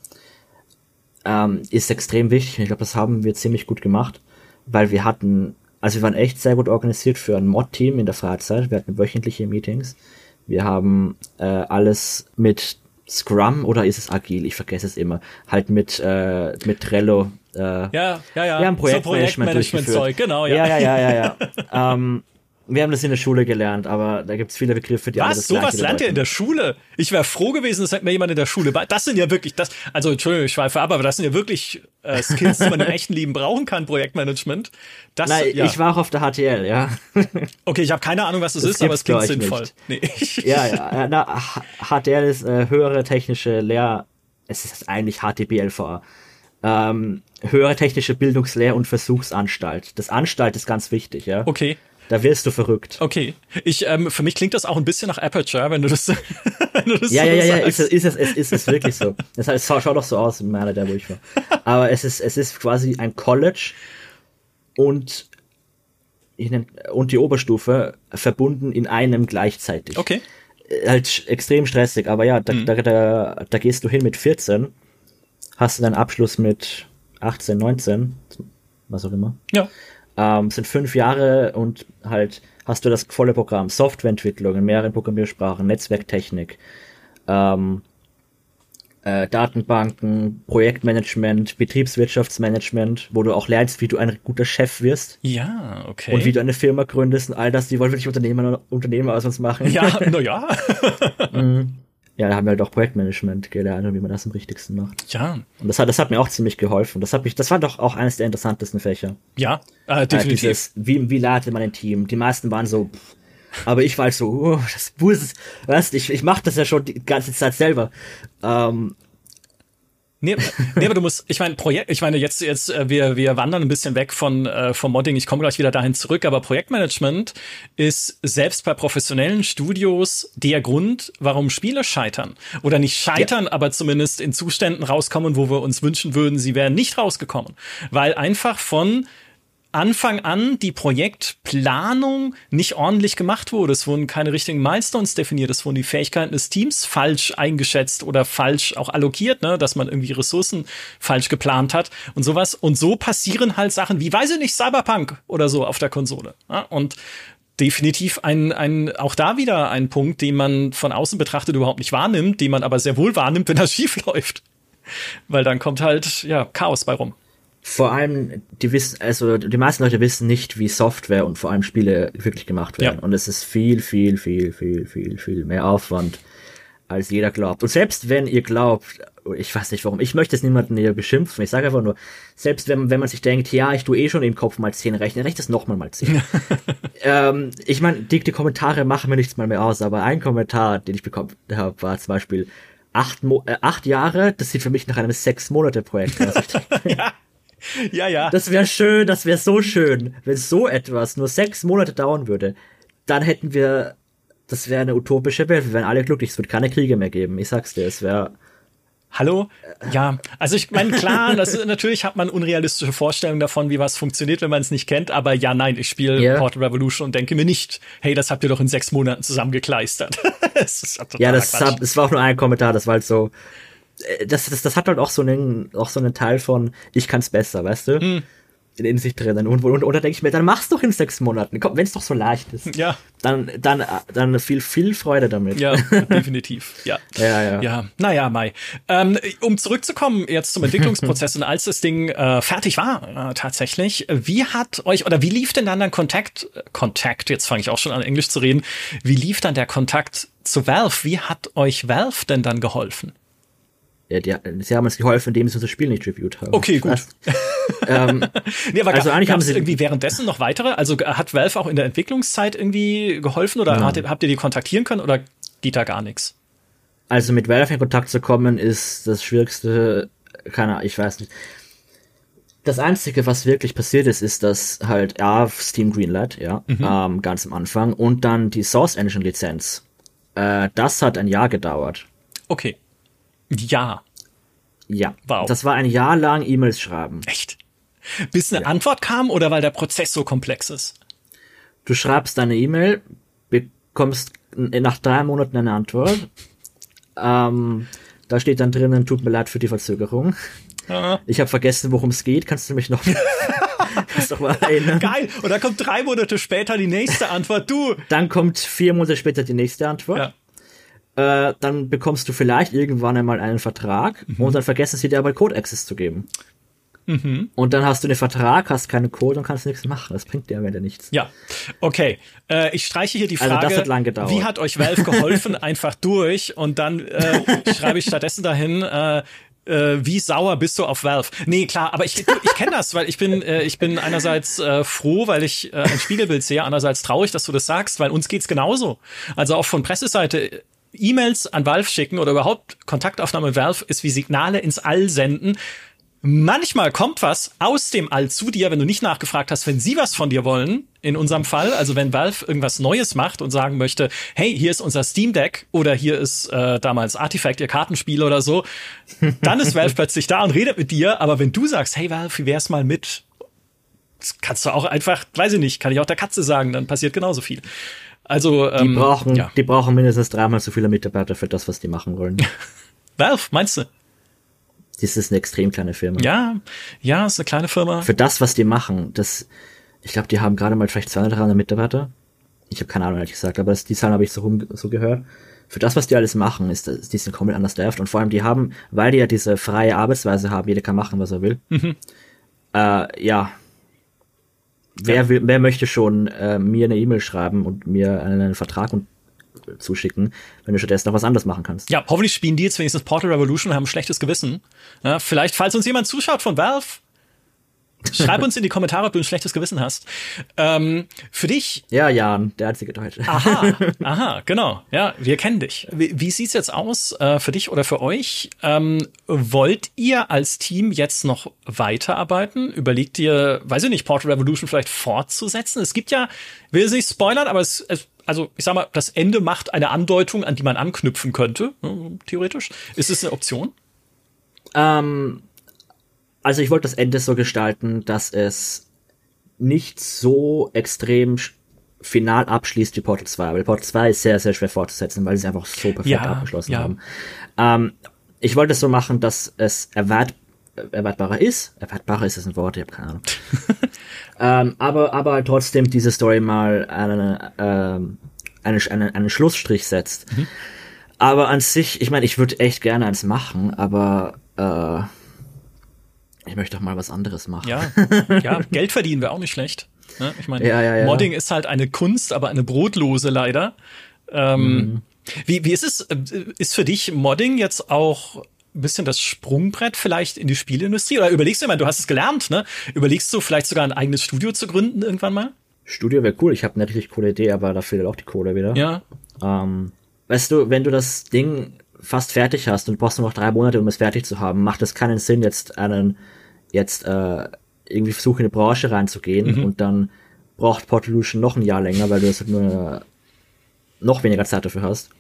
ähm, ist extrem wichtig. Ich glaube, das haben wir ziemlich gut gemacht, weil wir hatten, also wir waren echt sehr gut organisiert für ein Mod-Team in der Freizeit. Wir hatten wöchentliche Meetings. Wir haben äh, alles mit Scrum oder ist es agil? Ich vergesse es immer. Halt mit äh, mit Trello. Äh, ja, ja, ja. Wir haben Projektmanagement, so Projektmanagement-Zeug, genau, ja. Ja, ja, ja, ja, ja. ähm, wir haben das in der Schule gelernt, aber da gibt es viele Begriffe, die Was? alle das Sowas Gleiche lernt ihr in der Schule? Ich wäre froh gewesen, das hätte mir jemand in der Schule bei. Das sind ja wirklich, das, also Entschuldigung, ich schweife ab, aber das sind ja wirklich äh, Skills, die man im echten Leben brauchen kann, Projektmanagement. Das, Nein, ja. ich war auch auf der H T L, ja. Okay, ich habe keine Ahnung, was das, das ist, aber es klingt sinnvoll. Nee. Ja, ja, na, H T L ist äh, höhere technische Lehr... Es ist eigentlich H T B L V A. Ähm, höhere technische Bildungslehr- und Versuchsanstalt. Das Anstalt ist ganz wichtig, ja. Okay. Da wirst du verrückt. Okay. Ich, ähm, für mich klingt das auch ein bisschen nach Aperture, wenn du das, wenn du das ja, so ja, ja, ja, sagst. ist es, ist es, es ist es wirklich so. Das heißt, es schaut doch so aus, in meiner, der, wo ich war. Aber es ist, es ist quasi ein College und, ich nenn, und die Oberstufe verbunden in einem gleichzeitig. Okay. Halt extrem stressig, aber ja, da, mhm. da, da, da gehst du hin mit vierzehn, hast du deinen Abschluss mit achtzehn, neunzehn, was auch immer. Ja. Ähm, sind fünf Jahre und halt hast du das volle Programm. Softwareentwicklung in mehreren Programmiersprachen, Netzwerktechnik, ähm, äh, Datenbanken, Projektmanagement, Betriebswirtschaftsmanagement, wo du auch lernst, wie du ein guter Chef wirst. Ja, okay. Und wie du eine Firma gründest und all das. Die wollen wirklich Unternehmer, Unternehmer aus uns machen. Ja, na ja. mhm. Ja, da haben wir halt auch Projektmanagement gelernt und wie man das am richtigsten macht. Ja. Und das hat, das hat mir auch ziemlich geholfen. Das hat mich, das war doch auch eines der interessantesten Fächer. Ja, äh, definitiv. Äh, dieses, wie, wie leitet man ein Team? Die meisten waren so, pff, aber ich war halt so, oh, das muss, weißt, ich, ich mach das ja schon die ganze Zeit selber. Ähm, Nee, nee, aber du musst, ich meine, Projekt, ich meine, jetzt, jetzt, wir, wir wandern ein bisschen weg von, äh, vom Modding, ich komme gleich wieder dahin zurück, aber Projektmanagement ist selbst bei professionellen Studios der Grund, warum Spiele scheitern. Oder nicht scheitern, ja. aber zumindest in Zuständen rauskommen, wo wir uns wünschen würden, sie wären nicht rausgekommen. Weil einfach von Anfang an die Projektplanung nicht ordentlich gemacht wurde. Es wurden keine richtigen Milestones definiert. Es wurden die Fähigkeiten des Teams falsch eingeschätzt oder falsch auch allokiert, ne, dass man irgendwie Ressourcen falsch geplant hat und sowas. Und so passieren halt Sachen wie, weiß ich nicht, Cyberpunk oder so auf der Konsole. Ja, und definitiv ein, ein, auch da wieder ein Punkt, den man von außen betrachtet überhaupt nicht wahrnimmt, den man aber sehr wohl wahrnimmt, wenn das schief läuft. Weil dann kommt halt, ja, Chaos bei rum. vor allem, die wissen, also die meisten Leute wissen nicht, wie Software und vor allem Spiele wirklich gemacht werden. Ja. Und es ist viel, viel, viel, viel, viel, viel mehr Aufwand, als jeder glaubt. Und selbst wenn ihr glaubt, ich weiß nicht warum, ich möchte es niemanden hier beschimpfen, ich sage einfach nur, selbst wenn, wenn man sich denkt, ja, ich tue eh schon im Kopf mal zehn rechnen, rechne es nochmal mal zehn. ähm, ich meine, die, die Kommentare machen mir nichts mal mehr aus, aber ein Kommentar, den ich bekommen habe, war zum Beispiel acht, Mo- äh, acht Jahre, das sieht für mich nach einem Sechs-Monate-Projekt aus. ja. Ja, ja. Das wäre schön, das wäre so schön, wenn so etwas nur sechs Monate dauern würde. Dann hätten wir, das wäre eine utopische Welt, wir wären alle glücklich, es wird keine Kriege mehr geben. Ich sag's dir, es wäre... Hallo? Ja, also ich meine, klar, das ist, natürlich hat man unrealistische Vorstellungen davon, wie was funktioniert, wenn man es nicht kennt, aber ja, nein, ich spiele yeah. Portal Revolution und denke mir nicht, hey, das habt ihr doch in sechs Monaten zusammengekleistert. Das ist ja, das, hab, das war auch nur ein Kommentar, das war halt so, das, das, das hat halt auch so einen, auch so einen Teil von, ich kann's besser, weißt du? Hm. In sich drinnen. Und, und, und da denke ich mir, dann mach's doch in sechs Monaten. Komm, wenn es doch so leicht ist. Ja. Dann, dann, dann viel, viel Freude damit. Ja, definitiv. Ja. Ja, ja. Ja, naja, Mai. Ähm, um zurückzukommen jetzt zum Entwicklungsprozess und als das Ding äh, fertig war, äh, tatsächlich, wie hat euch, oder wie lief denn dann der Kontakt, Kontakt, jetzt fange ich auch schon an Englisch zu reden, wie lief dann der Kontakt zu Valve? Wie hat euch Valve denn dann geholfen? Ja, die, sie haben uns geholfen, indem sie unser Spiel nicht reviewed haben. Okay, gut. ähm, nee, aber also gab, eigentlich haben sie irgendwie währenddessen noch weitere? Also hat Valve auch in der Entwicklungszeit irgendwie geholfen oder ja. hat, habt ihr die kontaktieren können oder geht da gar nichts? Also mit Valve in Kontakt zu kommen ist das Schwierigste, keine Ahnung, ich weiß nicht. Das Einzige, was wirklich passiert ist, ist, dass halt ja, Steam Greenlight, ja, mhm. ähm, ganz am Anfang und dann die Source Engine Lizenz. Äh, das hat ein Jahr gedauert. Okay. Ja. Ja. Wow. Das war ein Jahr lang E-Mails schreiben. Echt? Bis eine ja. Antwort kam oder weil der Prozess so komplex ist? Du schreibst deine E-Mail, bekommst nach drei Monaten eine Antwort. ähm, da steht dann drinnen, tut mir leid für die Verzögerung. Ah. Ich habe vergessen, worum es geht. Kannst du mich noch... Kannst doch mal erinnern. Geil. Und dann kommt drei Monate später die nächste Antwort. Du. Dann kommt vier Monate später die nächste Antwort. Ja. Äh, dann bekommst du vielleicht irgendwann einmal einen Vertrag mhm. und dann vergessen sie dir aber Code-Access zu geben. Mhm. Und dann hast du den Vertrag, hast keine Code und kannst nichts machen. Das bringt dir am Ende nichts. Ja, okay. Äh, ich streiche hier die Frage, also das hat lang gedauert. Wie hat euch Valve geholfen? Einfach durch und dann äh, schreibe ich stattdessen dahin, äh, äh, wie sauer bist du auf Valve? Nee, klar, aber ich, ich kenne das, weil ich bin äh, ich bin einerseits äh, froh, weil ich äh, ein Spiegelbild sehe, andererseits traurig, dass du das sagst, weil uns geht's genauso. Also auch von Presseseite E-Mails an Valve schicken oder überhaupt Kontaktaufnahme mit Valve ist wie Signale ins All senden. Manchmal kommt was aus dem All zu dir, wenn du nicht nachgefragt hast, wenn sie was von dir wollen, in unserem Fall, also wenn Valve irgendwas Neues macht und sagen möchte, hey, hier ist unser Steam Deck oder hier ist äh, damals Artifact, ihr Kartenspiel oder so, dann ist Valve plötzlich da und redet mit dir, aber wenn du sagst, hey Valve, wie wär's mal mit, das kannst du auch einfach, weiß ich nicht, kann ich auch der Katze sagen, dann passiert genauso viel. Also, ähm, die brauchen, ja. die brauchen mindestens dreimal so viele Mitarbeiter für das, was die machen wollen. Valve, meinst du? Das ist eine extrem kleine Firma. Ja, ja, ist eine kleine Firma. Für das, was die machen, das, ich glaube, die haben gerade mal vielleicht zweihundert, dreihundert Mitarbeiter. Ich habe keine Ahnung, ehrlich gesagt, aber das, die Zahlen habe ich so, rum, so gehört. Für das, was die alles machen, ist, ist die sind komplett understaffed und vor allem die haben, weil die ja diese freie Arbeitsweise haben, jeder kann machen, was er will. Mhm. Äh, ja. Wer, ja. will, wer möchte schon äh, mir eine E-Mail schreiben und mir einen Vertrag und, äh, zuschicken, wenn du stattdessen noch was anderes machen kannst? Ja, hoffentlich spielen die jetzt wenigstens Portal Revolution und haben ein schlechtes Gewissen. Ja, vielleicht, falls uns jemand zuschaut von Valve, schreib uns in die Kommentare, ob du ein schlechtes Gewissen hast. Ähm, für dich... Ja, Jan, der einzige Deutsche. Aha, aha, genau. Ja, wir kennen dich. Wie, wie sieht's jetzt aus äh, für dich oder für euch? Ähm, wollt ihr als Team jetzt noch weiterarbeiten? Überlegt ihr, weiß ich nicht, Portal Revolution vielleicht fortzusetzen? Es gibt ja, will es nicht spoilern, aber es, es also ich sag mal, das Ende macht eine Andeutung, an die man anknüpfen könnte, theoretisch. Ist es eine Option? Ähm... Also ich wollte das Ende so gestalten, dass es nicht so extrem final abschließt wie Portal zwei. Weil Portal zwei ist sehr, sehr schwer fortzusetzen, weil sie es einfach so perfekt ja, abgeschlossen ja. haben. Ähm, ich wollte es so machen, dass es erwart erwartbarer ist. Erwartbarer ist das ein Wort, ich habe keine Ahnung. ähm, aber aber trotzdem diese Story mal eine, ähm, eine, eine, einen Schlussstrich setzt. Mhm. Aber an sich, ich meine, ich würde echt gerne eins machen, aber äh, ich möchte doch mal was anderes machen. Ja, ja, Geld verdienen wäre auch nicht schlecht. Ne? Ich meine, ja, ja, ja. Modding ist halt eine Kunst, aber eine brotlose leider. Ähm, mhm. wie, wie ist es, ist für dich Modding jetzt auch ein bisschen das Sprungbrett vielleicht in die Spieleindustrie? Oder überlegst du immer, du hast es gelernt, ne? Überlegst du vielleicht sogar ein eigenes Studio zu gründen irgendwann mal? Studio wäre cool, ich habe eine richtig coole Idee, aber da fehlt auch die Kohle wieder. Ja. Ähm, weißt du, wenn du das Ding fast fertig hast und brauchst nur noch drei Monate, um es fertig zu haben, macht es keinen Sinn, jetzt einen, jetzt äh, irgendwie versuchen, in die Branche reinzugehen mhm. und dann braucht Portal Evolution noch ein Jahr länger, weil du jetzt halt nur noch weniger Zeit dafür hast.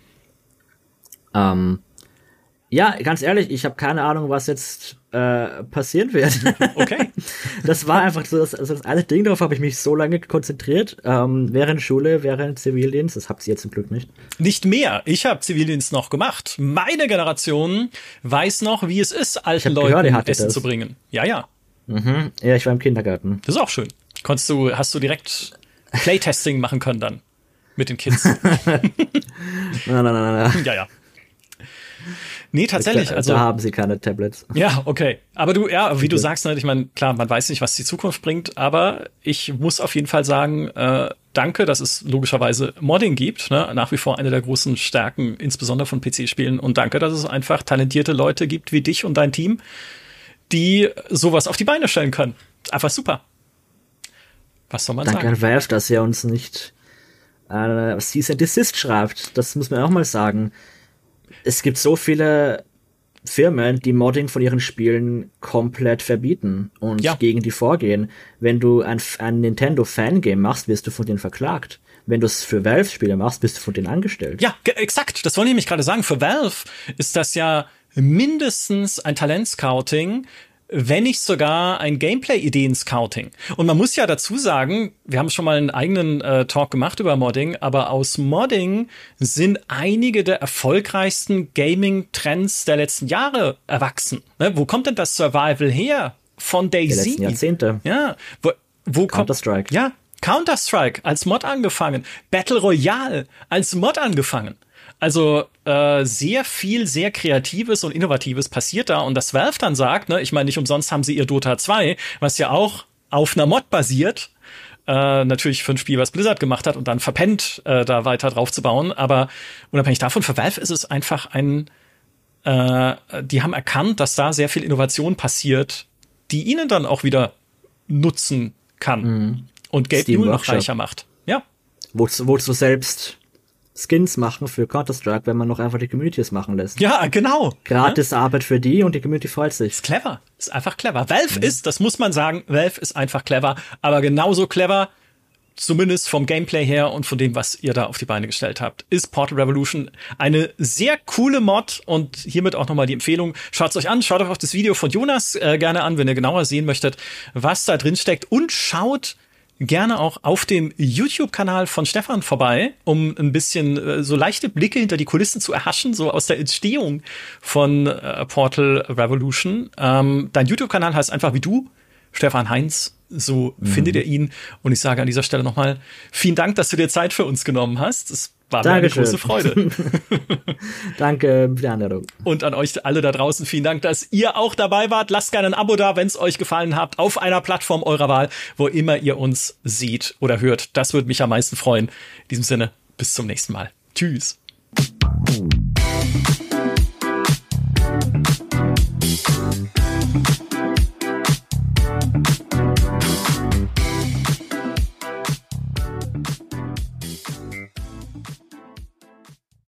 Ähm, ja, ganz ehrlich, ich habe keine Ahnung, was jetzt äh, passieren wird. Okay. Das war einfach so das, also das eine Ding, darauf habe ich mich so lange konzentriert, ähm, während Schule, während Zivildienst, das habt ihr jetzt zum Glück nicht. Nicht mehr. Ich habe Zivildienst noch gemacht. Meine Generation weiß noch, wie es ist, alten Leuten gehört, Essen das. zu bringen. Ja, ja. Mhm. Ja, ich war im Kindergarten. Das ist auch schön. Konntest du, hast du direkt Playtesting machen können dann mit den Kids? nein, nein, nein, nein. Ja, ja. Nee, tatsächlich. Da, also, da haben sie keine Tablets. Ja, okay. Aber du, ja, wie du sagst, ich meine, klar, man weiß nicht, was die Zukunft bringt, aber ich muss auf jeden Fall sagen, äh, danke, dass es logischerweise Modding gibt, ne? Nach wie vor eine der großen Stärken, insbesondere von P C-Spielen. Und danke, dass es einfach talentierte Leute gibt wie dich und dein Team, die sowas auf die Beine stellen können. Einfach super. Was soll man danke sagen? Danke an Valve, dass er uns nicht äh, Cease and Desist schreibt. Das muss man auch mal sagen. Es gibt so viele Firmen, die Modding von ihren Spielen komplett verbieten und ja. gegen die vorgehen. Wenn du ein, ein Nintendo-Fangame machst, wirst du von denen verklagt. Wenn du es für Valve-Spiele machst, bist du von denen angestellt. Ja, ge- exakt. Das wollte ich nämlich gerade sagen. Für Valve ist das ja mindestens ein Talentscouting, wenn nicht sogar ein Gameplay-Ideen-Scouting. Und man muss ja dazu sagen, wir haben schon mal einen eigenen äh, Talk gemacht über Modding, aber aus Modding sind einige der erfolgreichsten Gaming-Trends der letzten Jahre erwachsen. Ne? Wo kommt denn das Survival her? Von DayZ? Der letzten Jahrzehnte. Ja. Wo, wo Counter-Strike. Ja, Counter-Strike als Mod angefangen. Battle Royale als Mod angefangen. Also äh, sehr viel, sehr Kreatives und Innovatives passiert da. Und dass Valve dann sagt, ne, ich meine, nicht umsonst haben sie ihr Dota zwei, was ja auch auf einer Mod basiert, äh, natürlich für ein Spiel, was Blizzard gemacht hat und dann verpennt, äh, da weiter drauf zu bauen. Aber unabhängig davon, für Valve ist es einfach ein, äh, die haben erkannt, dass da sehr viel Innovation passiert, die ihnen dann auch wieder nutzen kann. Mhm. Und Gabe Newell noch reicher macht. Ja. Wozu, wozu selbst Skins machen für Counter-Strike, wenn man noch einfach die Communities machen lässt. Ja, genau. Gratis ja? Arbeit für die und die Community freut sich. Ist clever. Ist einfach clever. Valve mhm. ist, das muss man sagen, Valve ist einfach clever, aber genauso clever, zumindest vom Gameplay her und von dem, was ihr da auf die Beine gestellt habt, ist Portal Revolution eine sehr coole Mod und hiermit auch nochmal die Empfehlung. Schaut's euch an, schaut euch auch das Video von Jonas äh, gerne an, wenn ihr genauer sehen möchtet, was da drin steckt, und schaut gerne auch auf dem YouTube-Kanal von Stefan vorbei, um ein bisschen äh, so leichte Blicke hinter die Kulissen zu erhaschen, so aus der Entstehung von äh, Portal Revolution. Ähm, dein YouTube-Kanal heißt einfach wie du, Stefan Heinz, so mhm. findet ihr ihn. Und ich sage an dieser Stelle nochmal vielen Dank, dass du dir Zeit für uns genommen hast. Es war mir eine große Freude. Danke für die Einladung. Und an euch alle da draußen vielen Dank, dass ihr auch dabei wart. Lasst gerne ein Abo da, wenn es euch gefallen hat, auf einer Plattform eurer Wahl, wo immer ihr uns seht oder hört. Das würde mich am meisten freuen. In diesem Sinne, bis zum nächsten Mal. Tschüss. Thank you.